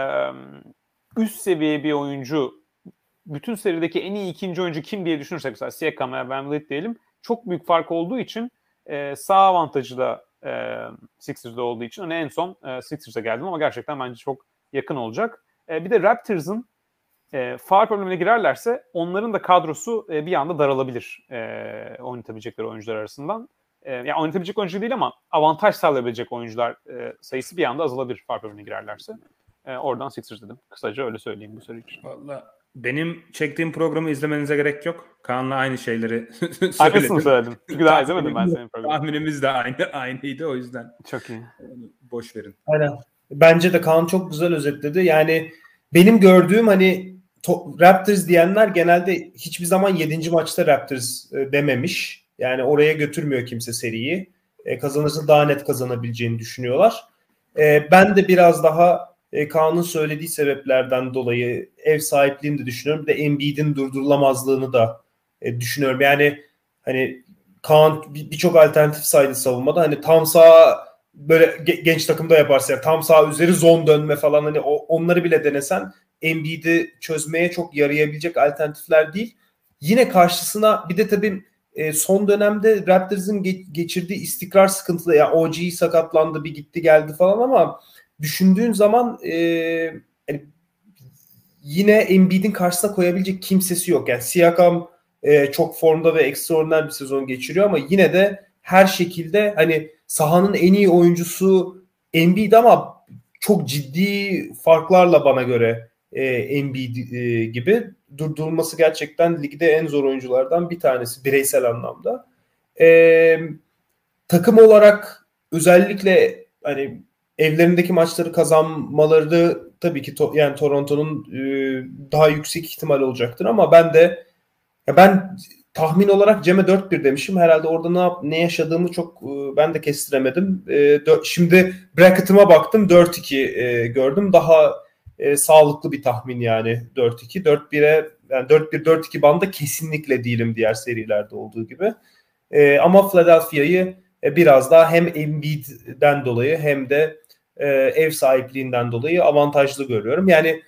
üst seviye bir oyuncu bütün serideki en iyi ikinci oyuncu kim diye düşünürsek mesela Siakam veya VanVleet diyelim çok büyük fark olduğu için sağ avantajı da Sixers'da olduğu için hani en son Sixers'a geldim ama gerçekten bence çok yakın olacak. Bir de Raptors'ın faul problemine girerlerse onların da kadrosu bir anda daralabilir oynatabilecekleri oyuncular arasından. Yani oynatabilecek oyuncu değil ama avantaj sağlayabilecek oyuncular sayısı bir anda azalabilir faul problemine girerlerse. Oradan Sixers dedim. Kısaca öyle söyleyeyim bu soru için. Vallahi benim çektiğim programı izlemenize gerek yok. Kaan'la aynı şeyleri söyledim. Aynısını söyledim. Çünkü daha izlemedim ben senin programı. Tahminimiz de aynıydı o yüzden. Çok iyi. Boş verin. Aynen. Bence de Kaan çok güzel özetledi. Yani benim gördüğüm hani Raptors diyenler genelde hiçbir zaman 7. maçta Raptors dememiş. Yani oraya götürmüyor kimse seriyi. Kazanırsa daha net kazanabileceğini düşünüyorlar. Ben de biraz daha Kaan'ın söylediği sebeplerden dolayı ev sahipliğini de düşünüyorum. Bir de Embiid'in durdurulamazlığını da düşünüyorum. Yani hani Kaan birçok alternatif saydı savunmada. Hani tam sağ böyle genç takımda yaparsa yani tam sağ üzeri zon dönme falan hani onları bile denesen Embiid'i çözmeye çok yarayabilecek alternatifler değil. Yine karşısına bir de tabii son dönemde Raptors'ın geçirdiği istikrar sıkıntılı. Yani OG sakatlandı, bir gitti geldi falan ama düşündüğün zaman yani yine Embiid'in karşısına koyabilecek kimsesi yok. Yani Siakam çok formda ve ekstraordiner bir sezon geçiriyor ama yine de her şekilde hani sahanın en iyi oyuncusu Embiid ama çok ciddi farklarla bana göre Embiid gibi durdurulması gerçekten ligde en zor oyunculardan bir tanesi bireysel anlamda. Takım olarak özellikle hani evlerindeki maçları kazanmaları tabii ki yani Toronto'nun daha yüksek ihtimal olacaktır ama ben tahmin olarak Cem'e 4-1 demişim. Herhalde orada ne yaşadığımı çok ben de kestiremedim. Şimdi bracket'ıma baktım 4-2 gördüm. Daha sağlıklı bir tahmin yani 4-2. 4-1'e yani 4-1-4-2 banda kesinlikle değilim diğer serilerde olduğu gibi. Ama Philadelphia'yı biraz daha hem Embiid'den dolayı hem de ev sahipliğinden dolayı avantajlı görüyorum. Yani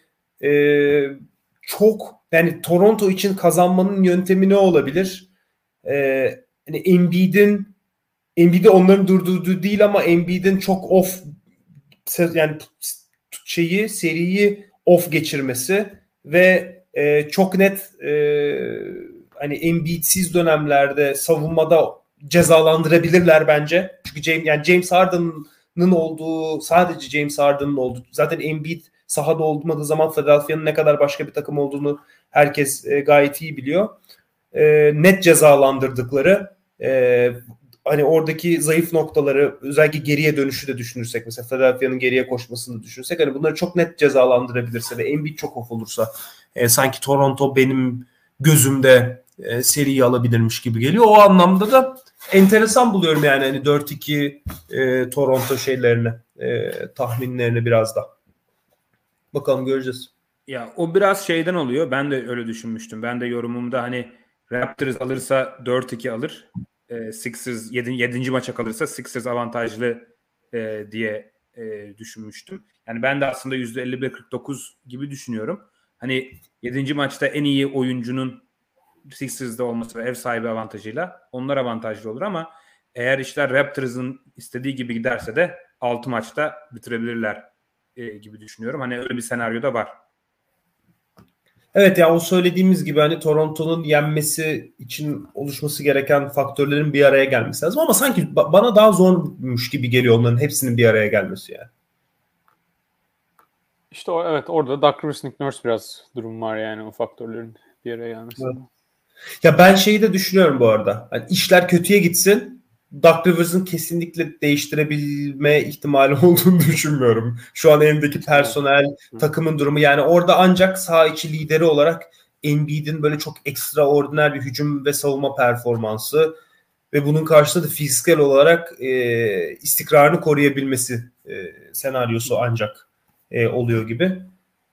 yani Toronto için kazanmanın yöntemi ne olabilir? Yani Embiid'i onların durdurduğu değil ama Embiid'in çok off yani seriyi off geçirmesi ve çok net hani Embiid'siz dönemlerde savunmada cezalandırabilirler bence. Çünkü James Harden'ın olduğu, sadece James Harden'ın olduğu, zaten Embiid sahada olmadığı zaman Philadelphia'nın ne kadar başka bir takım olduğunu herkes gayet iyi biliyor. Net cezalandırdıkları hani oradaki zayıf noktaları özellikle geriye dönüşü de düşünürsek mesela Philadelphia'nın geriye koşmasını düşünürsek hani bunları çok net cezalandırabilirse ve Embiid çok off olursa sanki Toronto benim gözümde seriyi alabilirmiş gibi geliyor. O anlamda da enteresan buluyorum yani hani 4-2 Toronto tahminlerini biraz da. Bakalım göreceğiz. Ya o biraz şeyden oluyor. Ben de öyle düşünmüştüm. Ben de yorumumda hani Raptors alırsa 4-2 alır. Sixers 7. maça kalırsa Sixers avantajlı diye düşünmüştüm. Yani ben de aslında %51-49 gibi düşünüyorum. Hani 7. maçta en iyi oyuncunun Sixers'da olması ve ev sahibi avantajıyla onlar avantajlı olur ama eğer işler Raptors'ın istediği gibi giderse de 6 maçta bitirebilirler gibi düşünüyorum. Hani öyle bir senaryo da var. Evet ya o söylediğimiz gibi hani Toronto'nun yenmesi için oluşması gereken faktörlerin bir araya gelmesi lazım ama sanki bana daha zormuş gibi geliyor onların hepsinin bir araya gelmesi yani. İşte evet orada Doug Rivers, Nick Nurse biraz durum var yani o faktörlerin bir araya gelmesinde. Evet. Ya ben şeyi de düşünüyorum bu arada. Hani işler kötüye gitsin. Doug Rivers'ın kesinlikle değiştirebilme ihtimali olduğunu düşünmüyorum. Şu an elindeki personel, takımın durumu yani orada ancak saha içi lideri olarak Embiid'in böyle çok ekstraordiner bir hücum ve savunma performansı ve bunun karşısında da fiziksel olarak istikrarını koruyabilmesi senaryosu ancak oluyor gibi.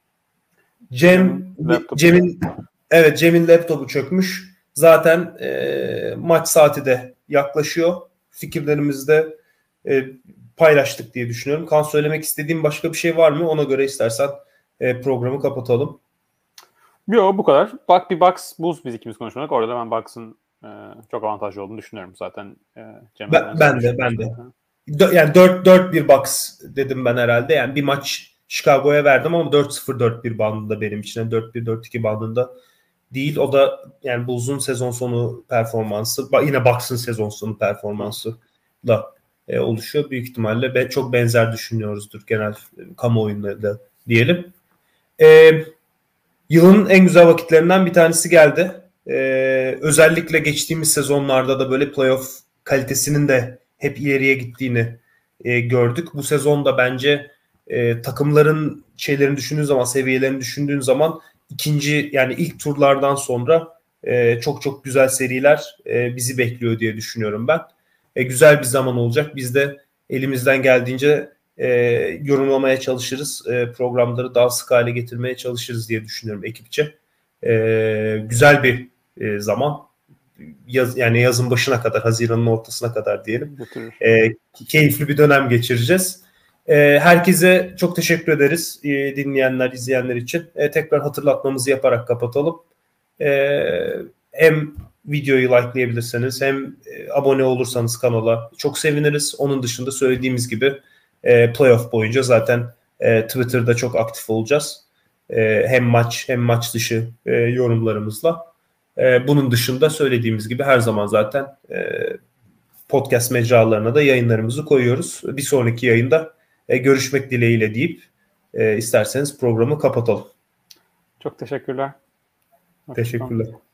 Cem'in laptopu çökmüş. Zaten maç saati de yaklaşıyor. Fikirlerimizi de paylaştık diye düşünüyorum. Kan söylemek istediğim başka bir şey var mı? Ona göre istersen programı kapatalım. Yok bu kadar. Bir Bucks Bulls biz ikimiz konuşmadık. Orada ben Bucks'ın çok avantajlı olduğunu düşünüyorum zaten. Ben de. Yani 4-1 Bucks dedim ben herhalde. Yani bir maç Chicago'ya verdim ama 4-0-4-1 bandında benim için. Yani 4-1-4-2 bandında değil. O da yani Bulls'un sezon sonu performansı, yine Bucks'ın sezon sonu performansı da oluşuyor. Büyük ihtimalle çok benzer düşünüyoruzdur genel kamuoyunda da diyelim. Yılın en güzel vakitlerinden bir tanesi geldi. Özellikle geçtiğimiz sezonlarda da böyle playoff kalitesinin de hep ileriye gittiğini gördük. Bu sezonda bence takımların şeylerini düşündüğün zaman, seviyelerini düşündüğün zaman yani ilk turlardan sonra çok çok güzel seriler bizi bekliyor diye düşünüyorum ben. Güzel bir zaman olacak. Biz de elimizden geldiğince yorumlamaya çalışırız. Programları daha sık hale getirmeye çalışırız diye düşünüyorum ekipçe. Güzel bir zaman. Yani yazın başına kadar, Haziran'ın ortasına kadar diyelim. Keyifli bir dönem geçireceğiz. Herkese çok teşekkür ederiz dinleyenler, izleyenler için. Tekrar hatırlatmamızı yaparak kapatalım. Hem videoyu likelayabilirseniz hem abone olursanız kanala çok seviniriz. Onun dışında söylediğimiz gibi playoff boyunca zaten Twitter'da çok aktif olacağız. Hem maç dışı yorumlarımızla. Bunun dışında söylediğimiz gibi her zaman zaten podcast mecralarına da yayınlarımızı koyuyoruz. Bir sonraki yayında görüşmek dileğiyle deyip isterseniz programı kapatalım. Çok teşekkürler. Teşekkürler.